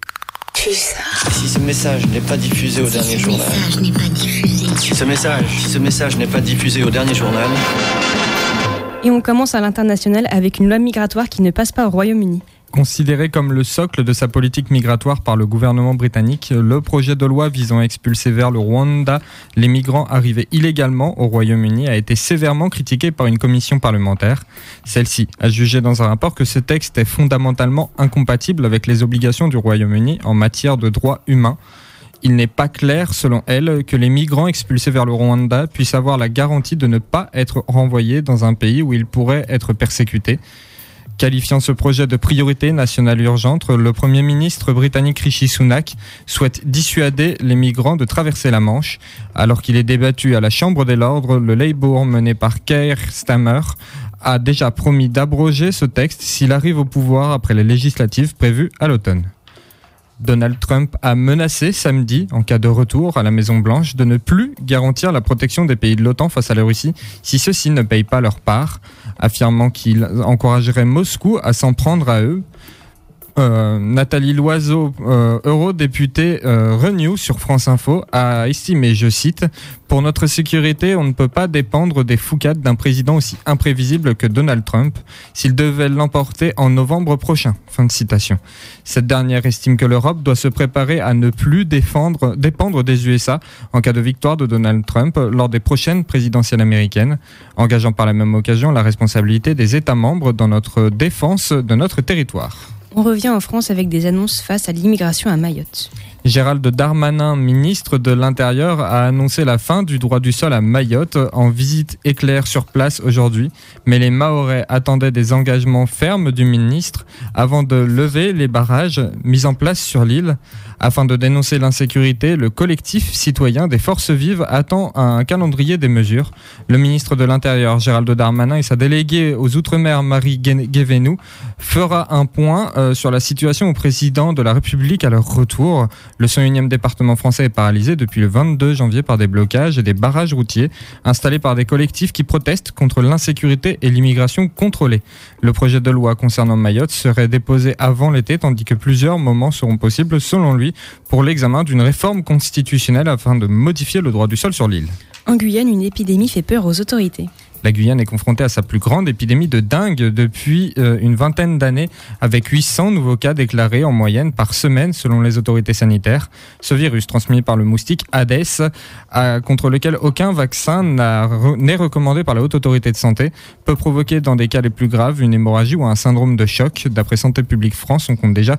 Si ce message n'est pas diffusé au dernier journal. Si ce message n'est pas diffusé au dernier journal. Et on commence à l'international avec une loi migratoire qui ne passe pas au Royaume-Uni. Considéré comme le socle de sa politique migratoire par le gouvernement britannique, le projet de loi visant à expulser vers le Rwanda les migrants arrivés illégalement au Royaume-Uni a été sévèrement critiqué par une commission parlementaire. Celle-ci a jugé dans un rapport que ce texte est fondamentalement incompatible avec les obligations du Royaume-Uni en matière de droits humains. Il n'est pas clair, selon elle, que les migrants expulsés vers le Rwanda puissent avoir la garantie de ne pas être renvoyés dans un pays où ils pourraient être persécutés. Qualifiant ce projet de priorité nationale urgente, le Premier ministre britannique Rishi Sunak souhaite dissuader les migrants de traverser la Manche. Alors qu'il est débattu à la Chambre des Lords, le Labour mené par Keir Starmer a déjà promis d'abroger ce texte s'il arrive au pouvoir après les législatives prévues à l'automne. Donald Trump a menacé samedi, en cas de retour à la Maison-Blanche, de ne plus garantir la protection des pays de l'OTAN face à la Russie si ceux-ci ne payent pas leur part, affirmant qu'il encouragerait Moscou à s'en prendre à eux. Nathalie Loiseau, eurodéputée Renew sur France Info, a estimé, je cite, « Pour notre sécurité, on ne peut pas dépendre des foucades d'un président aussi imprévisible que Donald Trump s'il devait l'emporter en novembre prochain. » Fin de citation. Cette dernière estime que l'Europe doit se préparer à ne plus dépendre des USA en cas de victoire de Donald Trump lors des prochaines présidentielles américaines, engageant par la même occasion la responsabilité des États membres dans notre défense de notre territoire. On revient en France avec des annonces face à l'immigration à Mayotte. Gérald Darmanin, ministre de l'Intérieur, a annoncé la fin du droit du sol à Mayotte en visite éclair sur place aujourd'hui. Mais les Mahorais attendaient des engagements fermes du ministre avant de lever les barrages mis en place sur l'île. Afin de dénoncer l'insécurité, le collectif citoyen des Forces Vives attend un calendrier des mesures. Le ministre de l'Intérieur, Gérald Darmanin, et sa déléguée aux Outre-mer, Marie Guévenou, fera un point sur la situation au président de la République à leur retour. Le 101e département français est paralysé depuis le 22 janvier par des blocages et des barrages routiers installés par des collectifs qui protestent contre l'insécurité et l'immigration contrôlée. Le projet de loi concernant Mayotte serait déposé avant l'été, tandis que plusieurs moments seront possibles, selon lui, pour l'examen d'une réforme constitutionnelle afin de modifier le droit du sol sur l'île. En Guyane, une épidémie fait peur aux autorités. La Guyane est confrontée à sa plus grande épidémie de dengue depuis une vingtaine d'années, avec 800 nouveaux cas déclarés en moyenne par semaine selon les autorités sanitaires. Ce virus, transmis par le moustique Aedes, contre lequel aucun vaccin n'est recommandé par la Haute Autorité de Santé, peut provoquer dans des cas les plus graves une hémorragie ou un syndrome de choc. D'après Santé publique France, on compte déjà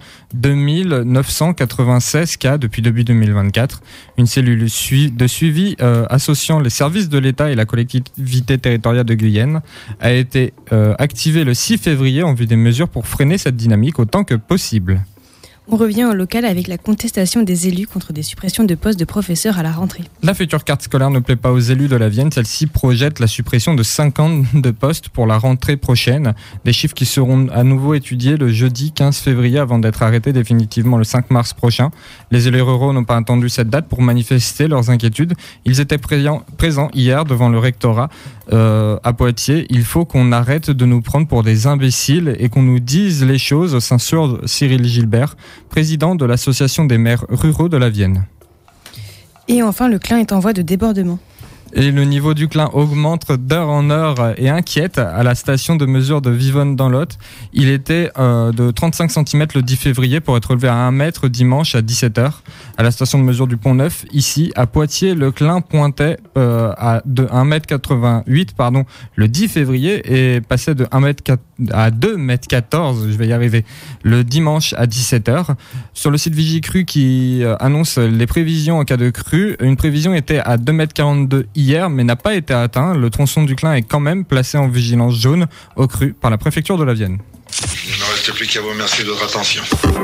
2996 cas depuis début 2024. Une cellule de suivi associant les services de l'État et la collectivité territoriale de Guyane a été activé le 6 février en vue des mesures pour freiner cette dynamique autant que possible. On revient au local avec la contestation des élus contre des suppressions de postes de professeurs à la rentrée. La future carte scolaire ne plaît pas aux élus de la Vienne. Celle-ci projette la suppression de 50 de postes pour la rentrée prochaine. Des chiffres qui seront à nouveau étudiés le jeudi 15 février avant d'être arrêtés définitivement le 5 mars prochain. Les élus ruraux n'ont pas attendu cette date pour manifester leurs inquiétudes. Ils étaient présents hier devant le rectorat à Poitiers. Il faut qu'on arrête de nous prendre pour des imbéciles et qu'on nous dise les choses, censure Cyril Gilbert, président de l'association des maires ruraux de la Vienne. Et enfin, le Clin est en voie de débordement. Et le niveau du Clin augmente d'heure en heure et inquiète à la station de mesure de Vivonne dans l'Aude. Il était de 35 cm le 10 février pour être relevé à 1 mètre dimanche à 17h. À la station de mesure du Pont-Neuf, ici à Poitiers, le Clin pointait à 1,88 m le 10 février et passait de 1 m à 2,14 m, je vais y arriver, le dimanche à 17h. Sur le site Vigicru qui annonce les prévisions en cas de crue, une prévision était à 2,42 m hier, mais n'a pas été atteint. Le tronçon du Clin est quand même placé en vigilance jaune au cru par la préfecture de la Vienne. Il ne me reste plus qu'à vous remercier de votre attention.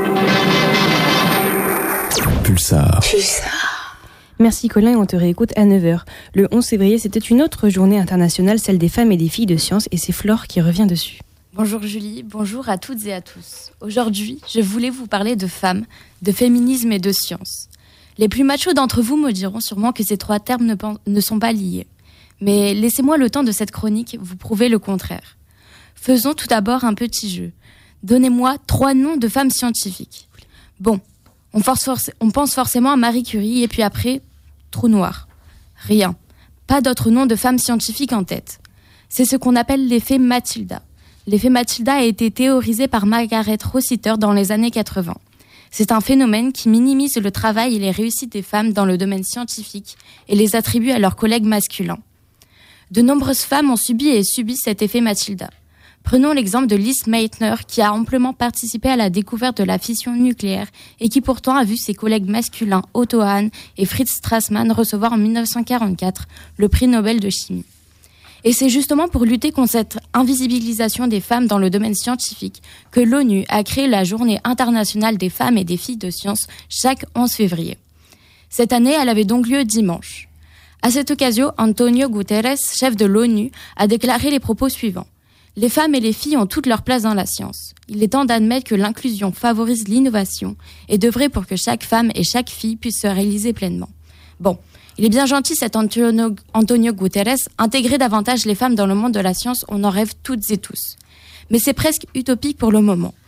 Pulsar. Merci Colin et on te réécoute à 9h. Le 11 février, c'était une autre journée internationale, celle des femmes et des filles de sciences, et c'est Flore qui revient dessus. Bonjour Julie, bonjour à toutes et à tous. Aujourd'hui, je voulais vous parler de femmes, de féminisme et de science. Les plus machos d'entre vous me diront sûrement que ces trois termes ne sont pas liés. Mais laissez-moi le temps de cette chronique vous prouver le contraire. Faisons tout d'abord un petit jeu. Donnez-moi 3 noms de femmes scientifiques. Bon, on pense forcément à Marie Curie et puis après, trou noir. Rien. Pas d'autres noms de femmes scientifiques en tête. C'est ce qu'on appelle l'effet Matilda. L'effet Matilda a été théorisé par Margaret Rossiter dans les années 80. C'est un phénomène qui minimise le travail et les réussites des femmes dans le domaine scientifique et les attribue à leurs collègues masculins. De nombreuses femmes ont subi et subissent cet effet Matilda. Prenons l'exemple de Lise Meitner qui a amplement participé à la découverte de la fission nucléaire et qui pourtant a vu ses collègues masculins Otto Hahn et Fritz Strassmann recevoir en 1944 le prix Nobel de chimie. Et c'est justement pour lutter contre cette invisibilisation des femmes dans le domaine scientifique que l'ONU a créé la Journée internationale des femmes et des filles de sciences chaque 11 février. Cette année, elle avait donc lieu dimanche. À cette occasion, Antonio Guterres, chef de l'ONU, a déclaré les propos suivants. « Les femmes et les filles ont toute leur place dans la science. Il est temps d'admettre que l'inclusion favorise l'innovation et d'œuvrer pour que chaque femme et chaque fille puisse se réaliser pleinement. » Bon. Il est bien gentil cet Antonio Guterres, intégrer davantage les femmes dans le monde de la science, on en rêve toutes et tous. Mais c'est presque utopique pour le moment.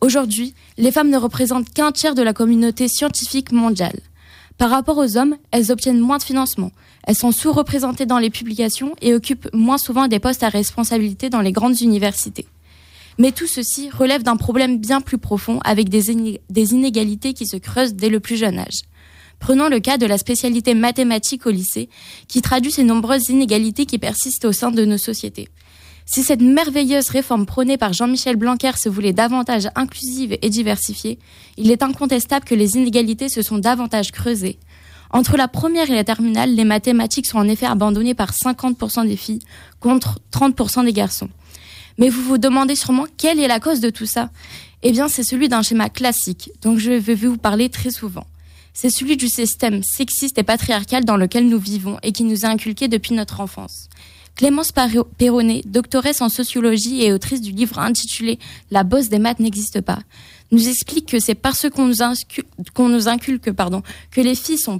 Aujourd'hui, les femmes ne représentent qu'un tiers de la communauté scientifique mondiale. Par rapport aux hommes, elles obtiennent moins de financement. Elles sont sous-représentées dans les publications et occupent moins souvent des postes à responsabilité dans les grandes universités. Mais tout ceci relève d'un problème bien plus profond avec des inégalités qui se creusent dès le plus jeune âge. Prenons le cas de la spécialité mathématiques au lycée, qui traduit ces nombreuses inégalités qui persistent au sein de nos sociétés. Si cette merveilleuse réforme prônée par Jean-Michel Blanquer se voulait davantage inclusive et diversifiée, il est incontestable que les inégalités se sont davantage creusées. Entre la première et la terminale, les mathématiques sont en effet abandonnées par 50% des filles contre 30% des garçons. Mais vous vous demandez sûrement quelle est la cause de tout ça ? Eh bien, c'est celui d'un schéma classique, dont je vais vous parler très souvent. C'est celui du système sexiste et patriarcal dans lequel nous vivons et qui nous est inculqué depuis notre enfance. Clémence Perronnet, doctoresse en sociologie et autrice du livre intitulé « La bosse des maths n'existe pas », nous explique que c'est parce qu'on nous inculque que les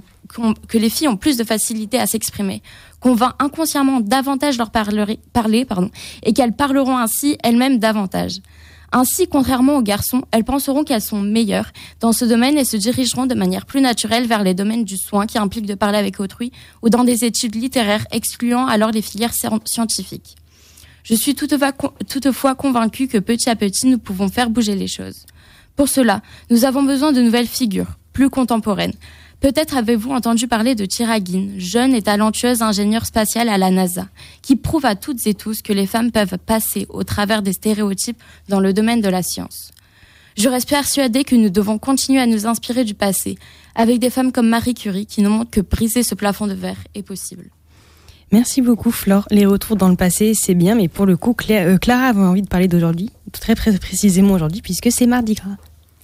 filles ont plus de facilité à s'exprimer, qu'on va inconsciemment davantage leur parler, et qu'elles parleront ainsi elles-mêmes davantage. Ainsi, contrairement aux garçons, elles penseront qu'elles sont meilleures dans ce domaine et se dirigeront de manière plus naturelle vers les domaines du soin qui impliquent de parler avec autrui ou dans des études littéraires, excluant alors les filières scientifiques. Je suis toutefois convaincue que petit à petit, nous pouvons faire bouger les choses. Pour cela, nous avons besoin de nouvelles figures, plus contemporaines. Peut-être avez-vous entendu parler de Tiraghin, jeune et talentueuse ingénieure spatiale à la NASA, qui prouve à toutes et tous que les femmes peuvent passer au travers des stéréotypes dans le domaine de la science. Je reste persuadée que nous devons continuer à nous inspirer du passé, avec des femmes comme Marie Curie qui nous montrent que briser ce plafond de verre est possible. Merci beaucoup Flore. Les retours dans le passé, c'est bien, mais pour le coup, Clara avait envie de parler d'aujourd'hui, très précisément aujourd'hui, puisque c'est Mardi Gras.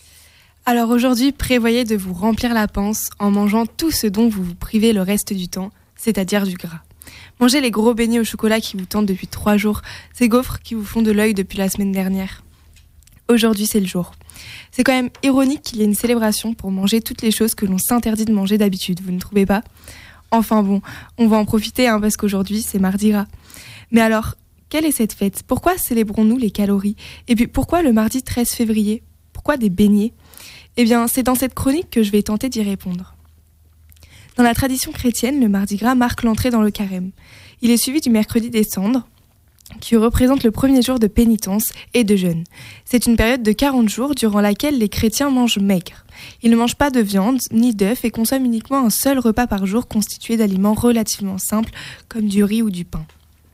Alors aujourd'hui, prévoyez de vous remplir la panse en mangeant tout ce dont vous vous privez le reste du temps, c'est-à-dire du gras. Mangez les gros beignets au chocolat qui vous tentent depuis 3 jours, ces gaufres qui vous font de l'œil depuis la semaine dernière. Aujourd'hui, c'est le jour. C'est quand même ironique qu'il y ait une célébration pour manger toutes les choses que l'on s'interdit de manger d'habitude, vous ne trouvez pas ? Enfin bon, on va en profiter parce qu'aujourd'hui, c'est Mardi Gras. Mais alors, quelle est cette fête ? Pourquoi célébrons-nous les calories ? Et puis pourquoi le mardi 13 février ? Pourquoi des beignets ? Eh bien, c'est dans cette chronique que je vais tenter d'y répondre. Dans la tradition chrétienne, le Mardi Gras marque l'entrée dans le carême. Il est suivi du mercredi des cendres, qui représente le premier jour de pénitence et de jeûne. C'est une période de 40 jours durant laquelle les chrétiens mangent maigre. Ils ne mangent pas de viande ni d'œufs et consomment uniquement un seul repas par jour constitué d'aliments relativement simples comme du riz ou du pain.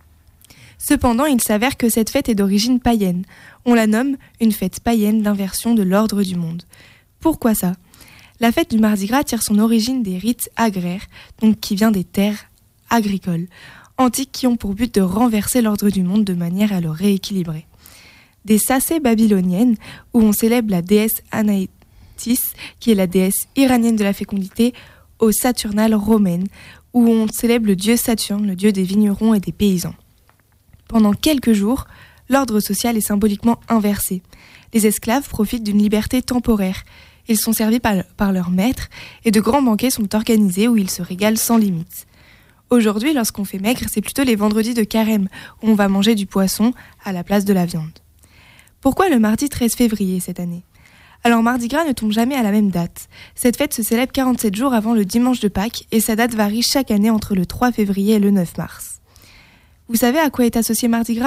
Cependant, il s'avère que cette fête est d'origine païenne. On la nomme une fête païenne d'inversion de l'ordre du monde. Pourquoi ça ? La fête du Mardi Gras tire son origine des rites agraires, donc qui vient des terres agricoles, antiques qui ont pour but de renverser l'ordre du monde de manière à le rééquilibrer. Des sacées babyloniennes, où on célèbre la déesse Anaïtis, qui est la déesse iranienne de la fécondité, aux Saturnales romaines, où on célèbre le dieu Saturne, le dieu des vignerons et des paysans. Pendant quelques jours, l'ordre social est symboliquement inversé. Les esclaves profitent d'une liberté temporaire. Ils sont servis par leur maître et de grands banquets sont organisés où ils se régalent sans limite. Aujourd'hui, lorsqu'on fait maigre, c'est plutôt les vendredis de carême où on va manger du poisson à la place de la viande. Pourquoi le mardi 13 février cette année ? Alors Mardi Gras ne tombe jamais à la même date. Cette fête se célèbre 47 jours avant le dimanche de Pâques et sa date varie chaque année entre le 3 février et le 9 mars. Vous savez à quoi est associé Mardi Gras ?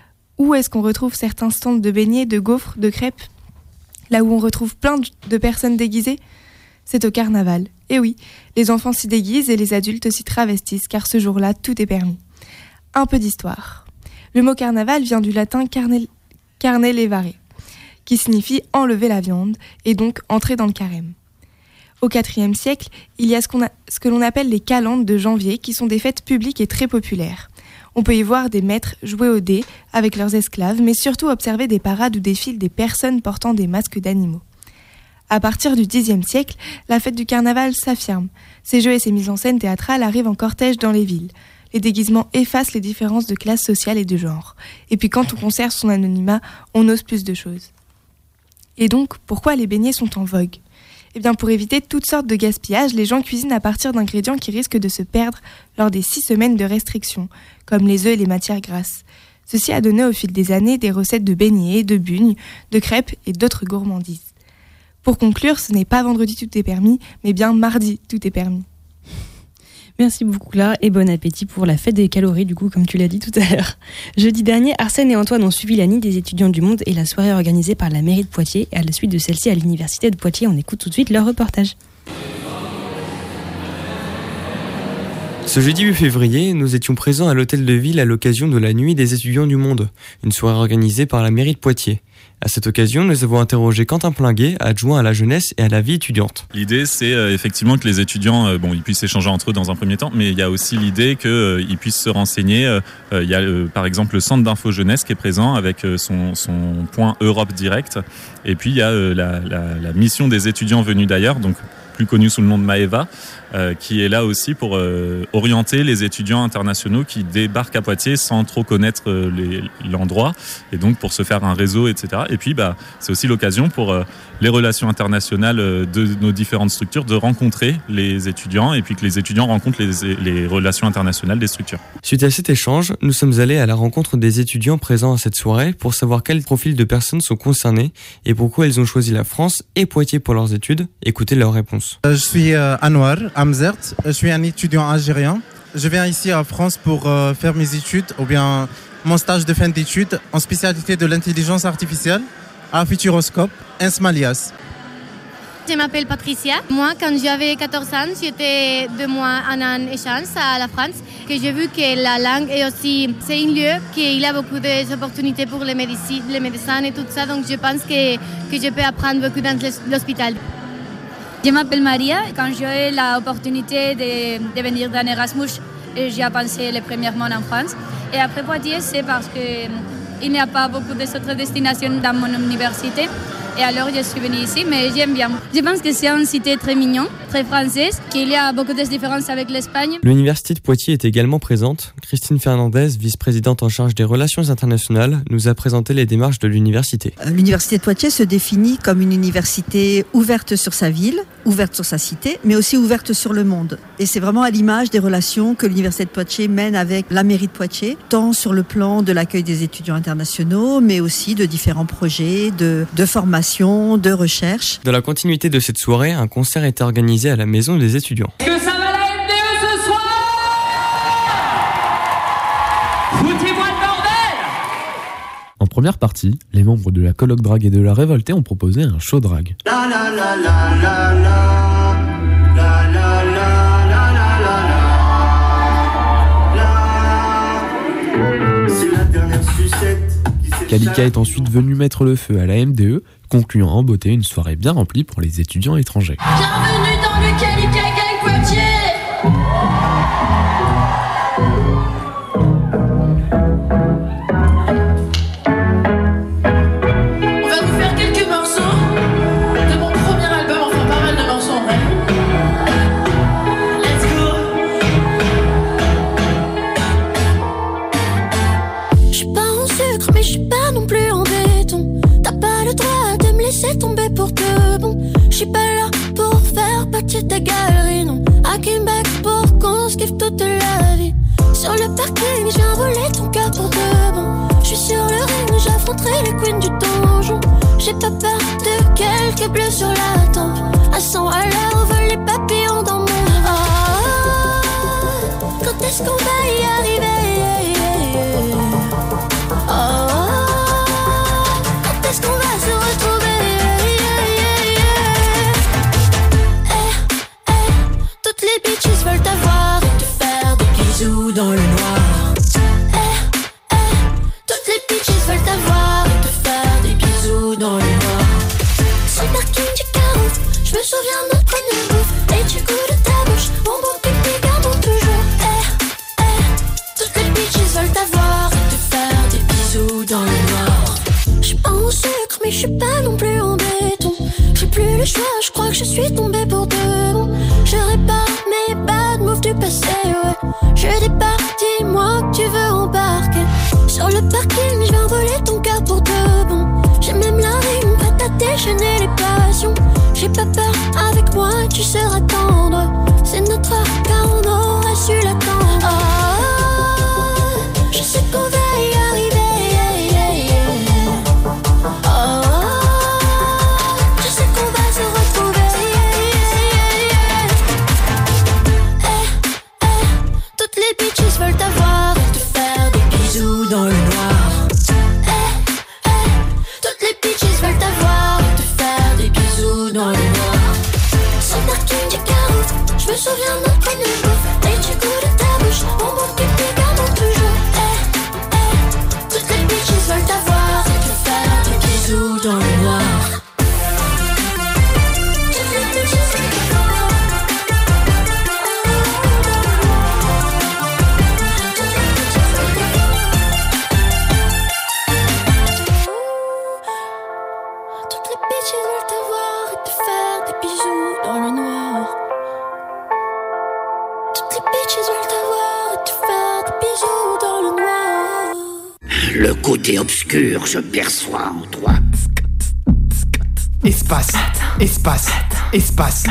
Où est-ce qu'on retrouve certains stands de beignets, de gaufres, de crêpes ? Là où on retrouve plein de personnes déguisées ? C'est au carnaval. Et oui, les enfants s'y déguisent et les adultes s'y travestissent car ce jour-là, tout est permis. Un peu d'histoire. Le mot carnaval vient du latin carnelevare, qui signifie enlever la viande et donc entrer dans le carême. Au IVe siècle, il y a ce que l'on appelle les calendes de janvier qui sont des fêtes publiques et très populaires. On peut y voir des maîtres jouer au dé avec leurs esclaves, mais surtout observer des parades où défilent des personnes portant des masques d'animaux. À partir du Xe siècle, la fête du carnaval s'affirme. Ses jeux et ses mises en scène théâtrales arrivent en cortège dans les villes. Les déguisements effacent les différences de classe sociale et de genre. Et puis quand on conserve son anonymat, on ose plus de choses. Et donc, pourquoi les beignets sont en vogue ? Eh bien, pour éviter toutes sortes de gaspillage, les gens cuisinent à partir d'ingrédients qui risquent de se perdre lors des 6 semaines de restriction, comme les œufs et les matières grasses. Ceci a donné au fil des années des recettes de beignets, de bugnes, de crêpes et d'autres gourmandises. Pour conclure, ce n'est pas vendredi tout est permis, mais bien mardi tout est permis. Merci beaucoup Clara et bon appétit pour la fête des calories du coup comme tu l'as dit tout à l'heure. Jeudi dernier, Arsène et Antoine ont suivi la Nuit des étudiants du monde et la soirée organisée par la mairie de Poitiers. Et à la suite de celle-ci à l'université de Poitiers, on écoute tout de suite leur reportage. Ce jeudi 8 février, nous étions présents à l'hôtel de ville à l'occasion de la Nuit des étudiants du monde, une soirée organisée par la mairie de Poitiers. À cette occasion, nous avons interrogé Quentin Plinguet, adjoint à la jeunesse et à la vie étudiante. L'idée, c'est effectivement que les étudiants, ils puissent échanger entre eux dans un premier temps, mais il y a aussi l'idée qu'ils puissent se renseigner. Il y a par exemple le centre d'info jeunesse qui est présent avec son point Europe Direct. Et puis il y a la mission des étudiants venus d'ailleurs, donc plus connue sous le nom de Maeva, qui est là aussi pour orienter les étudiants internationaux qui débarquent à Poitiers sans trop connaître l'endroit, et donc pour se faire un réseau, etc. Et puis c'est aussi l'occasion pour les relations internationales de nos différentes structures de rencontrer les étudiants, et puis que les étudiants rencontrent les relations internationales des structures. Suite à cet échange, nous sommes allés à la rencontre des étudiants présents à cette soirée pour savoir quels profils de personnes sont concernés et pourquoi ils ont choisi la France et Poitiers pour leurs études. Écoutez leurs réponses. Je suis Anwar Amzert, je suis un étudiant algérien. Je viens ici en France pour faire mes études ou bien mon stage de fin d'études en spécialité de l'intelligence artificielle à Futuroscope, Insmalias. Je m'appelle Patricia. Moi, quand j'avais 14 ans, j'étais 2 mois en échange à la France. Que j'ai vu que la langue est aussi, c'est un lieu qu'il a beaucoup d'opportunités pour les médecins et tout ça. Donc je pense que je peux apprendre beaucoup dans l'hôpital. Je m'appelle Maria. Quand j'ai eu l'opportunité de venir dans Erasmus, j'ai pensé les premièrement en France. Et après Poitiers, c'est parce qu'il n'y a pas beaucoup d'autres destinations dans mon université. Et alors je suis venue ici, mais j'aime bien. Je pense que c'est une cité très mignonne, très française, qu'il y a beaucoup de différences avec l'Espagne. L'université de Poitiers est également présente. Christine Fernandez, vice-présidente en charge des relations internationales, nous a présenté les démarches de l'université. L'université de Poitiers se définit comme une université ouverte sur sa ville, ouverte sur sa cité, mais aussi ouverte sur le monde. Et c'est vraiment à l'image des relations que l'université de Poitiers mène avec la mairie de Poitiers, tant sur le plan de l'accueil des étudiants internationaux, mais aussi de différents projets de formation, de recherche. Dans la continuité de cette soirée, un concert était organisé à la maison des étudiants. Est-ce que ça va la MDE ce soir? Foutez-moi le bordel! En première partie, les membres de la Colloque Drague et de la Révoltée ont proposé un show drague. La la la la la la la la la la la. C'est la dernière sucette. Kalika est ensuite venu mettre le feu à la MDE, concluant en beauté une soirée bien remplie pour les étudiants étrangers. Bienvenue dans le Kalika Gang Poitiers! On va vous faire quelques morceaux de mon premier album, enfin pas mal de morceaux en vrai. Let's go! Je suis pas en sucre, mais je suis pas non plus en béton. T'as pas le droit de me laisser tomber pour de bon. Je suis pas là pour faire partie de ta galerie, non. I came back pour qu'on se kiffe toute la vie. Sur le parking, je viens voler ton cœur pour de bon. Je suis sur le ring, j'affronterai les queens du donjon. J'ai pas peur de quelques bleus sur la tempe. À 100 à l'heure, vole les papillons dans mon quand est-ce qu'on va y arriver? Quand est-ce qu'on va se retrouver? Toutes les bitches veulent t'avoir et te faire des bisous dans le noir. Toutes les bitches veulent t'avoir et te faire des bisous dans le noir. Sur le parking du 40, je me souviens de notre premier bouffe et du goût de ta bouche. Bonbon, pipi, gardons toujours. Toutes les bitches veulent t'avoir et te faire des bisous dans le noir. J'suis pas en sucre, mais j'suis pas non plus en béton. J'ai plus le choix, je crois que je suis tombée pour de bon. Je répare mes bad moves du passé, ouais. Je départ, dis-moi que tu veux embarquer. Sur le parking, je viens voler ton cœur pour de bon. J'ai même la rime prête à déchaîner les passions. J'ai pas peur, avec moi tu seras tendre. C'est notre heure car on aurait su l'attendre. Je sais qu'on va y arriver. bisous dans le noir. Toutes les bitches veulent t'avoir et te faire des bisous dans le noir. Le côté obscur se perçoit en toi. Espace, espace, espace.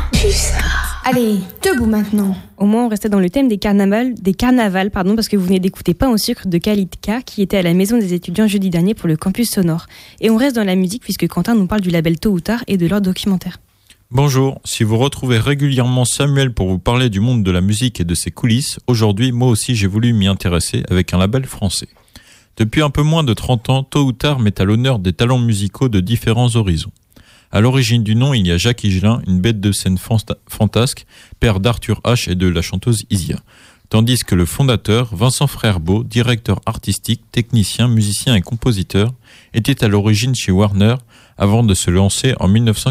Allez, debout maintenant. Au moins, on restait dans le thème des carnavals, parce que vous venez d'écouter Pain au sucre de Khalidka, qui était à la Maison des étudiants jeudi dernier pour le campus sonore. Et on reste dans la musique, puisque Quentin nous parle du label Tôt ou Tard et de leur documentaire. Bonjour, si vous retrouvez régulièrement Samuel pour vous parler du monde de la musique et de ses coulisses, aujourd'hui, moi aussi, j'ai voulu m'y intéresser avec un label français. Depuis un peu moins de 30 ans, Tôt ou Tard met à l'honneur des talents musicaux de différents horizons. À l'origine du nom, il y a Jacques Higelin, une bête de scène fantasque, père d'Arthur H et de la chanteuse Isia. Tandis que le fondateur, Vincent Frère-Beau, directeur artistique, technicien, musicien et compositeur, était à l'origine chez Warner avant de se lancer en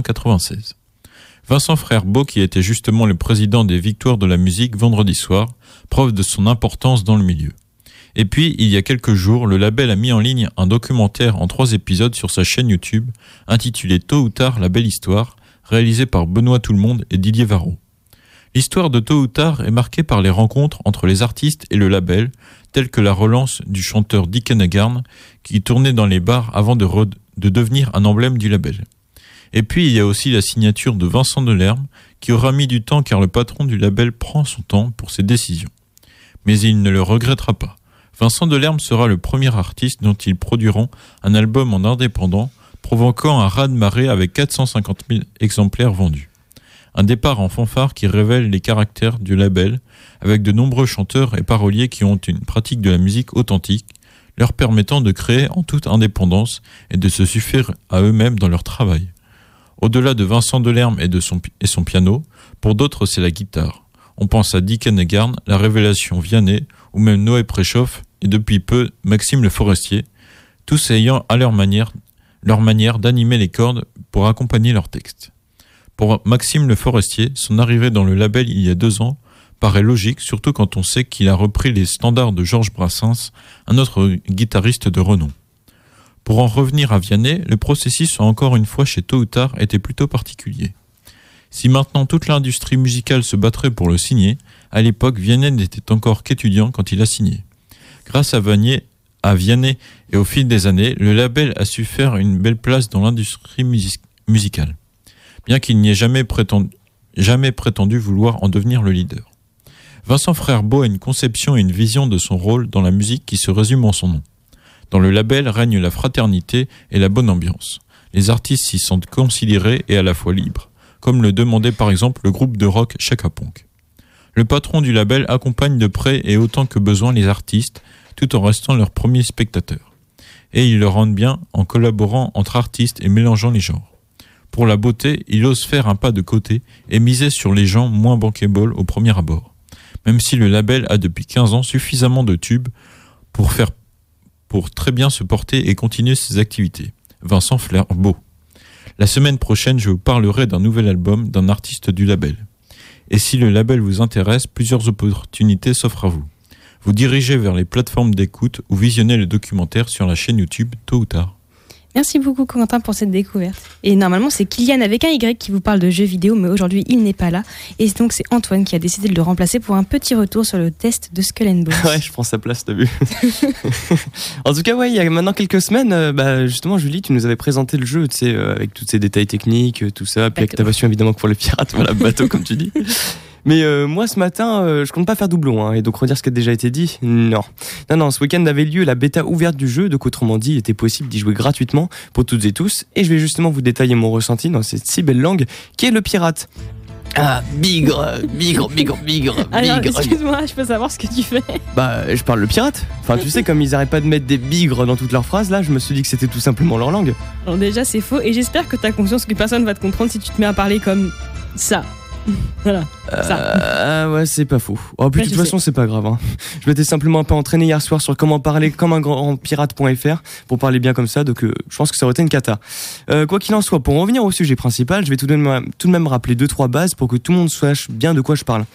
1996. Vincent Frère-Beau, qui était justement le président des Victoires de la musique vendredi soir, preuve de son importance dans le milieu. Et puis, il y a quelques jours, le label a mis en ligne un documentaire en 3 épisodes sur sa chaîne YouTube, intitulé Tôt ou Tard, la belle histoire, réalisé par Benoît Tout-le-Monde et Didier Varro. L'histoire de Tôt ou Tard est marquée par les rencontres entre les artistes et le label, telles que la relance du chanteur Dick Hennegarn, qui tournait dans les bars avant de devenir un emblème du label. Et puis, il y a aussi la signature de Vincent Delerme, qui aura mis du temps car le patron du label prend son temps pour ses décisions. Mais il ne le regrettera pas. Vincent Delerme sera le premier artiste dont ils produiront un album en indépendant, provoquant un raz-de-marée avec 450 000 exemplaires vendus. Un départ en fanfare qui révèle les caractères du label, avec de nombreux chanteurs et paroliers qui ont une pratique de la musique authentique, leur permettant de créer en toute indépendance et de se suffire à eux-mêmes dans leur travail. Au-delà de Vincent Delerme et son piano, pour d'autres c'est la guitare. On pense à Dick Hennegarn, la Révélation Vianney, ou même Noé Préchoff, et depuis peu Maxime Le Forestier, tous ayant à leur manière d'animer les cordes pour accompagner leurs textes. Pour Maxime Le Forestier, son arrivée dans le label il y a 2 ans paraît logique, surtout quand on sait qu'il a repris les standards de Georges Brassens, un autre guitariste de renom. Pour en revenir à Vianney, le processus encore une fois chez Tôt ou Tard était plutôt particulier. Si maintenant toute l'industrie musicale se battrait pour le signer, à l'époque, Vianney n'était encore qu'étudiant quand il a signé. Grâce à Vianney et au fil des années, le label a su faire une belle place dans l'industrie musicale, bien qu'il n'y ait jamais prétendu vouloir en devenir le leader. Vincent Frère-Beau a une conception et une vision de son rôle dans la musique qui se résume en son nom. Dans le label règne la fraternité et la bonne ambiance. Les artistes s'y sentent considérés et à la fois libres, comme le demandait par exemple le groupe de rock Chaka Ponk. Le patron du label accompagne de près et autant que besoin les artistes, tout en restant leurs premiers spectateurs. Et ils le rendent bien en collaborant entre artistes et mélangeant les genres. Pour la beauté, il ose faire un pas de côté et miser sur les gens moins bankable au premier abord. Même si le label a depuis 15 ans suffisamment de tubes pour très bien se porter et continuer ses activités. Vincent Frère-Beau. La semaine prochaine, je vous parlerai d'un nouvel album d'un artiste du label. Et si le label vous intéresse, plusieurs opportunités s'offrent à vous. Vous dirigez vers les plateformes d'écoute ou visionnez le documentaire sur la chaîne YouTube Tôt ou Tard. Merci beaucoup Quentin pour cette découverte. Et normalement c'est Kylian avec un Y qui vous parle de jeux vidéo, mais aujourd'hui il n'est pas là. Et donc c'est Antoine qui a décidé de le remplacer pour un petit retour sur le test de Skull and Bones. Ouais, je prends sa place, t'as vu. En tout cas, ouais, il y a maintenant quelques semaines, justement Julie, tu nous avais présenté le jeu, tu sais, avec tous ces détails techniques, tout ça, puis avec ta passion évidemment pour les pirates, voilà, bateau comme tu dis. Mais moi ce matin, je compte pas faire doublon, et donc redire ce qui a déjà été dit, non, ce week-end avait lieu la bêta ouverte du jeu, donc autrement dit, il était possible d'y jouer gratuitement pour toutes et tous, et je vais justement vous détailler mon ressenti dans cette si belle langue qui est le pirate. Ah, bigre. Alors, excuse-moi, je peux savoir ce que tu fais? Je parle le pirate. Enfin, tu sais, comme ils arrêtent pas de mettre des bigres dans toutes leurs phrases, là, je me suis dit que c'était tout simplement leur langue. Alors déjà, c'est faux, et j'espère que t'as conscience que personne va te comprendre si tu te mets à parler comme ça. Voilà, ça. Ouais, c'est pas faux. Oh, puis de toute façon, c'est pas grave. Hein. Je m'étais simplement un peu entraîné hier soir sur comment parler comme un grand pirate.fr pour parler bien comme ça, donc je pense que ça aurait été une cata. Quoi qu'il en soit, pour en revenir au sujet principal, je vais tout de même rappeler 2-3 bases pour que tout le monde sache bien de quoi je parle.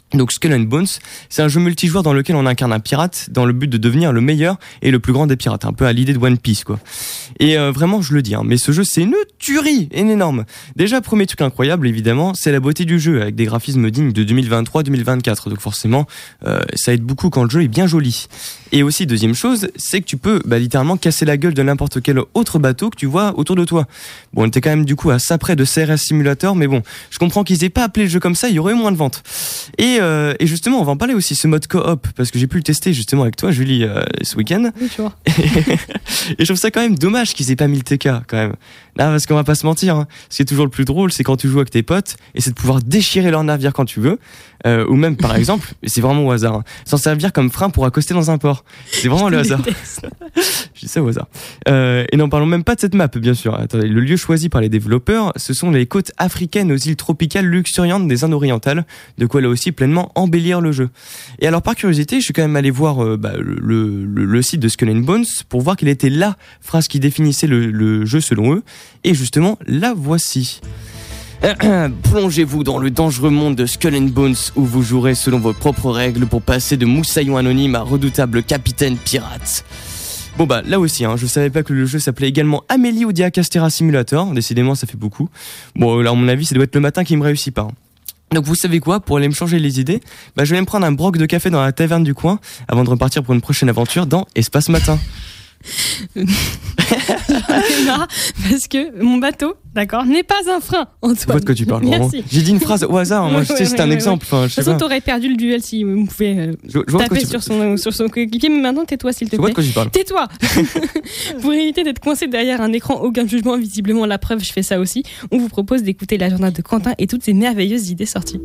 Donc Skull and Bones, c'est un jeu multijoueur dans lequel on incarne un pirate dans le but de devenir le meilleur et le plus grand des pirates, un peu à l'idée de One Piece quoi. Et vraiment je le dis, mais ce jeu c'est une tuerie, énorme. Déjà premier truc incroyable évidemment, c'est la beauté du jeu avec des graphismes dignes de 2023-2024. Donc forcément ça aide beaucoup quand le jeu est bien joli. Et aussi deuxième chose, c'est que tu peux littéralement casser la gueule de n'importe quel autre bateau que tu vois autour de toi. Bon, on était quand même du coup à ça près de CRS Simulator, mais bon, je comprends qu'ils aient pas appelé le jeu comme ça, il y aurait eu moins de ventes. Et justement, on va en parler aussi, ce mode coop, parce que j'ai pu le tester justement avec toi, Julie, ce week-end. Oui, tu vois. Et je trouve ça quand même dommage qu'ils aient pas mis le TK, quand même. Là, parce qu'on va pas se mentir, hein. Ce qui est toujours le plus drôle, c'est quand tu joues avec tes potes, et c'est de pouvoir déchirer leur navire quand tu veux, ou même, par exemple, et c'est vraiment au hasard, hein, s'en servir comme frein pour accoster dans un port. C'est vraiment le hasard. Je dis ça au hasard. Et n'en parlons même pas de cette map, bien sûr. Attendez, le lieu choisi par les développeurs, ce sont les côtes africaines aux îles tropicales luxuriantes des Indes orientales, de quoi là aussi pleinement embellir le jeu. Et alors par curiosité, je suis quand même allé voir le site de Skull and Bones pour voir quelle était la phrase qui définissait le jeu selon eux. Et justement, la voici. Plongez-vous dans le dangereux monde de Skull and Bones où vous jouerez selon vos propres règles pour passer de moussaillon anonyme à redoutable capitaine pirate. Bon là aussi, je savais pas que le jeu s'appelait également Amélie ou Diacastera Simulator, décidément ça fait beaucoup. Bon là à mon avis ça doit être le matin qui me réussit pas. Donc vous savez quoi, pour aller me changer les idées, je vais me prendre un broc de café dans la taverne du coin avant de repartir pour une prochaine aventure dans Espace Matin. J'en ai marre parce que mon bateau, d'accord, n'est pas un frein, Antoine. Je vois de quoi tu parles. Merci. J'ai dit une phrase au hasard, moi je sais c'est un exemple. De toute façon, t'aurais perdu le duel si vous pouvez taper sur son coéquipier, mais maintenant tais-toi s'il te plaît. Je vois de quoi tu parles. Tais-toi. Pour éviter d'être coincé derrière un écran, aucun jugement, visiblement la preuve, je fais ça aussi. On vous propose d'écouter l'agenda de Quentin et toutes ces merveilleuses idées sorties.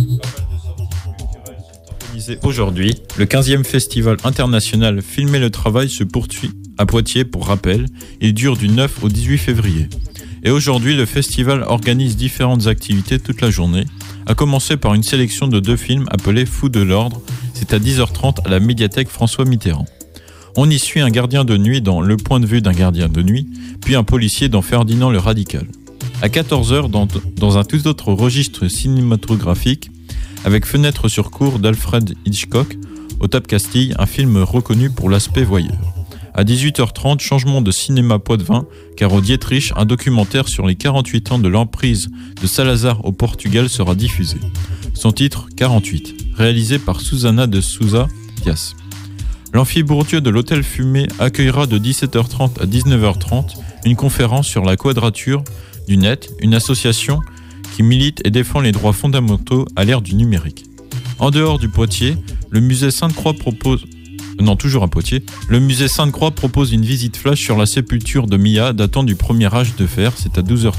Aujourd'hui, le 15e festival international Filmer le travail se poursuit à Poitiers pour rappel. Il dure du 9 au 18 février. Et aujourd'hui, le festival organise différentes activités toute la journée, à commencer par une sélection de 2 films appelés Fous de l'ordre. C'est à 10h30 à la médiathèque François Mitterrand. On y suit un gardien de nuit dans Le point de vue d'un gardien de nuit, puis un policier dans Ferdinand le Radical. À 14h, dans un tout autre registre cinématographique, avec Fenêtre sur cour d'Alfred Hitchcock, au Tap Castille, un film reconnu pour l'aspect voyeur. À 18h30, changement de cinéma Poitevin, car au Dietrich, un documentaire sur les 48 ans de l'emprise de Salazar au Portugal sera diffusé. Son titre, 48, réalisé par Susana de Souza Dias. L'amphi Bourdieu de l'Hôtel Fumé accueillera de 17h30 à 19h30 une conférence sur la quadrature du net, une association qui milite et défend les droits fondamentaux à l'ère du numérique. En dehors du Poitiers, le musée Sainte-Croix propose... toujours à Poitiers, le musée Sainte-Croix propose une visite flash sur la sépulture de Mia datant du premier âge de fer, c'est à 12h30.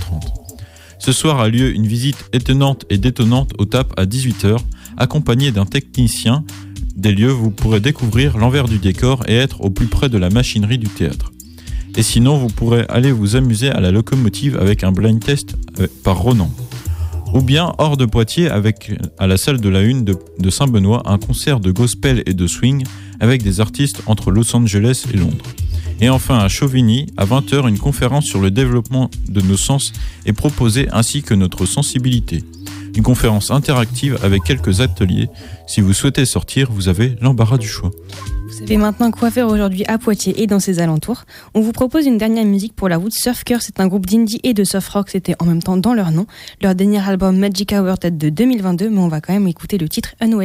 Ce soir a lieu une visite étonnante et détonnante au TAP à 18h, accompagnée d'un technicien des lieux. Vous pourrez découvrir l'envers du décor et être au plus près de la machinerie du théâtre. Et sinon, vous pourrez aller vous amuser à la locomotive avec un blind test par Ronan. Ou bien hors de Poitiers avec à la salle de la Une de Saint-Benoît un concert de gospel et de swing avec des artistes entre Los Angeles et Londres. Et enfin à Chauvigny, à 20h, une conférence sur le développement de nos sens est proposée ainsi que notre sensibilité. Une conférence interactive avec quelques ateliers. Si vous souhaitez sortir, vous avez l'embarras du choix. Vous savez maintenant quoi faire aujourd'hui à Poitiers et dans ses alentours. On vous propose une dernière musique pour la route. Surfker, c'est un groupe d'indie et de soft rock, c'était en même temps dans leur nom. Leur dernier album Magic Hour date de 2022, mais on va quand même écouter le titre Unwell.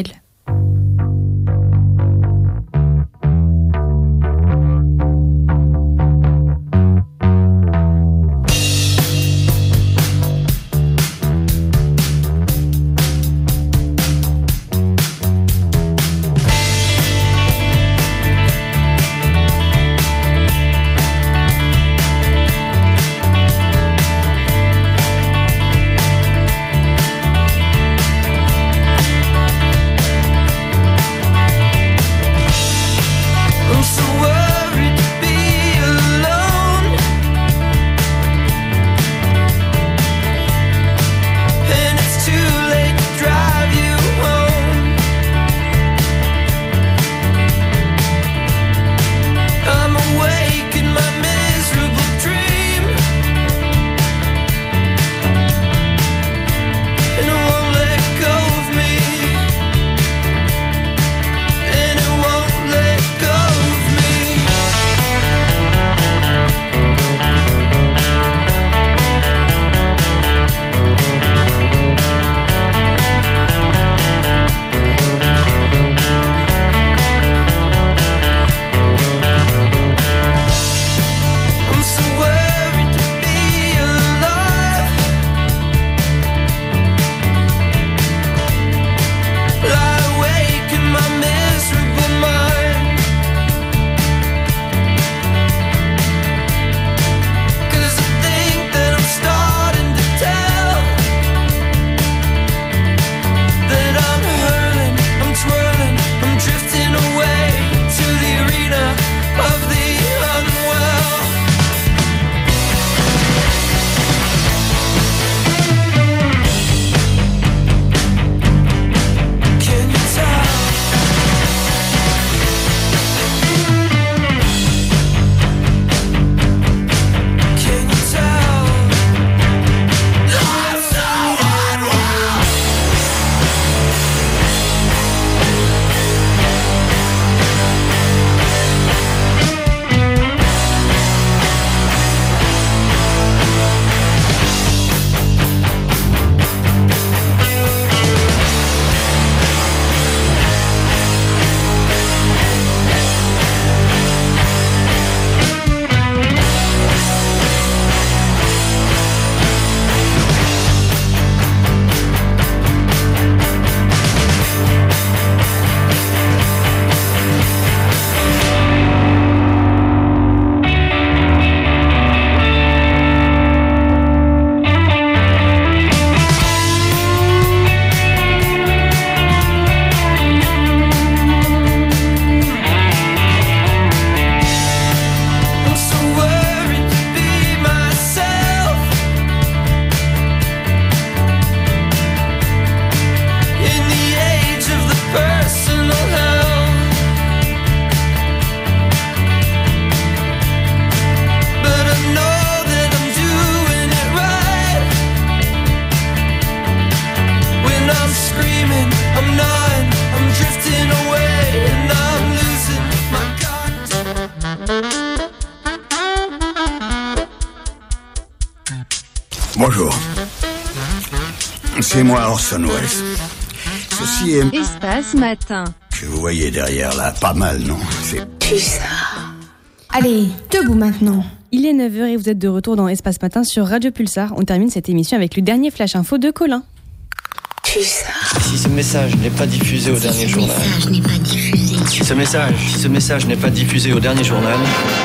C'est moi Orson Welles. Ceci est... Espace Matin. Que vous voyez derrière là, pas mal, non? C'est... Pulsar. Allez, debout maintenant. Il est 9h et vous êtes de retour dans Espace Matin sur Radio Pulsar. On termine cette émission avec le dernier flash info de Colin. Pulsar. Si ce message n'est pas diffusé au dernier journal. Si ce message n'est pas diffusé au dernier journal.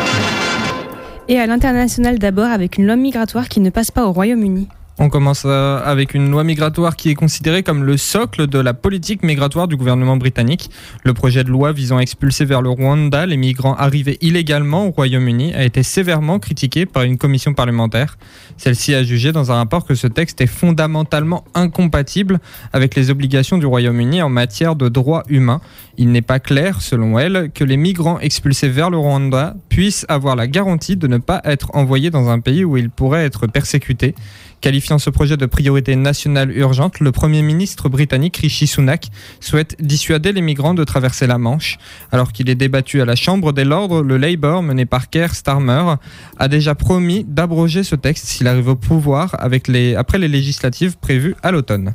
Et à l'international d'abord avec une loi migratoire qui ne passe pas au Royaume-Uni. On commence avec une loi migratoire qui est considérée comme le socle de la politique migratoire du gouvernement britannique. Le projet de loi visant à expulser vers le Rwanda les migrants arrivés illégalement au Royaume-Uni a été sévèrement critiqué par une commission parlementaire. Celle-ci a jugé dans un rapport que ce texte est fondamentalement incompatible avec les obligations du Royaume-Uni en matière de droits humains. Il n'est pas clair, selon elle, que les migrants expulsés vers le Rwanda puissent avoir la garantie de ne pas être envoyés dans un pays où ils pourraient être persécutés. Qualifiant ce projet de priorité nationale urgente, le Premier ministre britannique Rishi Sunak souhaite dissuader les migrants de traverser la Manche. Alors qu'il est débattu à la Chambre des Lords, le Labour, mené par Keir Starmer, a déjà promis d'abroger ce texte s'il arrive au pouvoir après les législatives prévues à l'automne.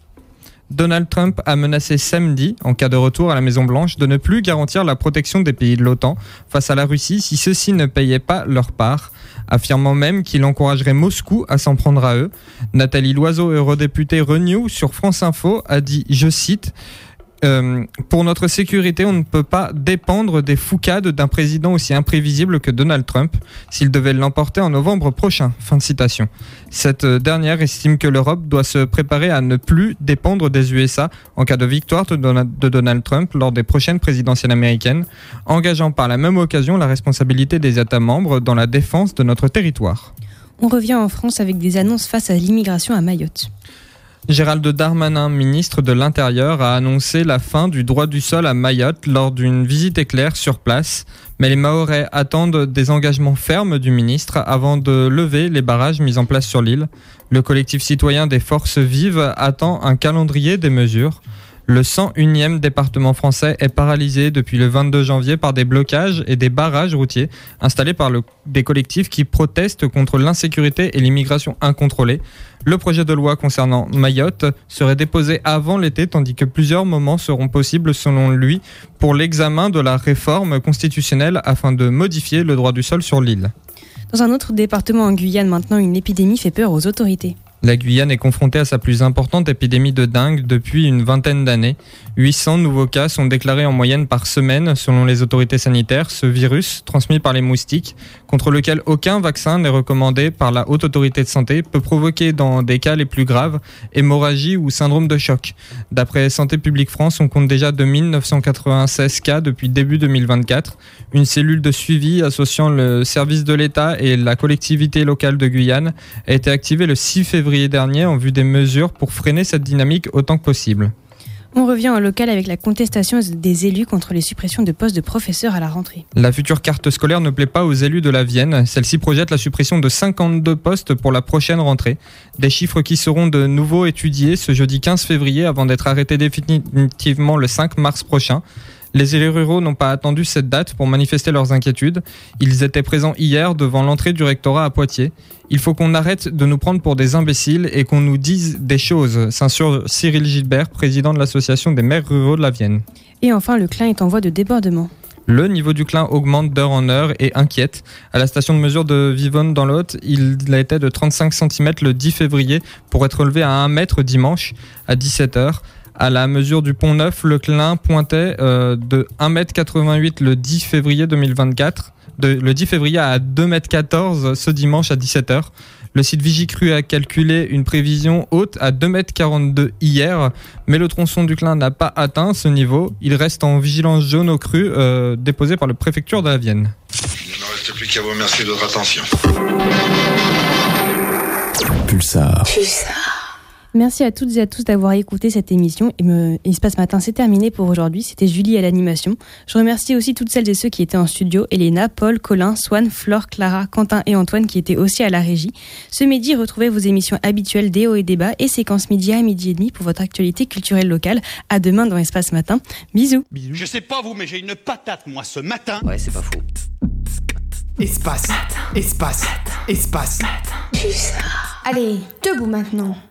Donald Trump a menacé samedi, en cas de retour à la Maison-Blanche, de ne plus garantir la protection des pays de l'OTAN face à la Russie si ceux-ci ne payaient pas leur part, affirmant même qu'il encouragerait Moscou à s'en prendre à eux. Nathalie Loiseau, eurodéputée Renew, sur France Info, a dit, je cite, pour notre sécurité, on ne peut pas dépendre des foucades d'un président aussi imprévisible que Donald Trump s'il devait l'emporter en novembre prochain. Fin de citation. Cette dernière estime que l'Europe doit se préparer à ne plus dépendre des USA en cas de victoire de Donald Trump lors des prochaines présidentielles américaines, engageant par la même occasion la responsabilité des États membres dans la défense de notre territoire. On revient en France avec des annonces face à l'immigration à Mayotte. Gérald Darmanin, ministre de l'Intérieur, a annoncé la fin du droit du sol à Mayotte lors d'une visite éclair sur place. Mais les Mahorais attendent des engagements fermes du ministre avant de lever les barrages mis en place sur l'île. Le collectif citoyen des Forces Vives attend un calendrier des mesures. Le 101e département français est paralysé depuis le 22 janvier par des blocages et des barrages routiers installés par des collectifs qui protestent contre l'insécurité et l'immigration incontrôlée. Le projet de loi concernant Mayotte serait déposé avant l'été, tandis que plusieurs moments seront possibles selon lui pour l'examen de la réforme constitutionnelle afin de modifier le droit du sol sur l'île. Dans un autre département en Guyane, maintenant, une épidémie fait peur aux autorités. La Guyane est confrontée à sa plus importante épidémie de dengue depuis une vingtaine d'années. 800 nouveaux cas sont déclarés en moyenne par semaine selon les autorités sanitaires. Ce virus, transmis par les moustiques, contre lequel aucun vaccin n'est recommandé par la Haute Autorité de Santé, peut provoquer dans des cas les plus graves, hémorragie ou syndrome de choc. D'après Santé publique France, on compte déjà 2996 cas depuis début 2024. Une cellule de suivi associant le service de l'État et la collectivité locale de Guyane a été activée le 6 février dernier en vue des mesures pour freiner cette dynamique autant que possible. On revient en local avec la contestation des élus contre les suppressions de postes de professeurs à la rentrée. La future carte scolaire ne plaît pas aux élus de la Vienne. Celle-ci projette la suppression de 52 postes pour la prochaine rentrée. Des chiffres qui seront de nouveau étudiés ce jeudi 15 février avant d'être arrêtés définitivement le 5 mars prochain. Les élus ruraux n'ont pas attendu cette date pour manifester leurs inquiétudes. Ils étaient présents hier devant l'entrée du rectorat à Poitiers. Il faut qu'on arrête de nous prendre pour des imbéciles et qu'on nous dise des choses, s'insurge Cyril Gilbert, président de l'association des maires ruraux de la Vienne. Et enfin, le Clin est en voie de débordement. Le niveau du Clin augmente d'heure en heure et inquiète. À la station de mesure de Vivonne dans l'Aude, il a été de 35 cm le 10 février pour être relevé à 1 mètre dimanche à 17h. À la mesure du Pont Neuf, le Clin pointait de 1,88 m le 10 février 2024, le 10 février à 2,14 m ce dimanche à 17h. Le site Vigicru a calculé une prévision haute à 2,42 m hier, mais le tronçon du Clin n'a pas atteint ce niveau. Il reste en vigilance jaune au cru déposée par la préfecture de la Vienne. Il ne me reste plus qu'à vous remercier de votre attention. Pulsar. Merci à toutes et à tous d'avoir écouté cette émission. Espace Matin, c'est terminé pour aujourd'hui. C'était Julie à l'animation. Je remercie aussi toutes celles et ceux qui étaient en studio. Elena, Paul, Colin, Swan, Flore, Clara, Quentin et Antoine qui étaient aussi à la régie. Ce midi, retrouvez vos émissions habituelles Déo et Débat et Séquence Midi à 12h30 pour votre actualité culturelle locale. À demain dans Espace Matin. Bisous. Je sais pas vous, mais j'ai une patate, moi, ce matin. Ouais, c'est pas faux. Espace. Allez, debout maintenant.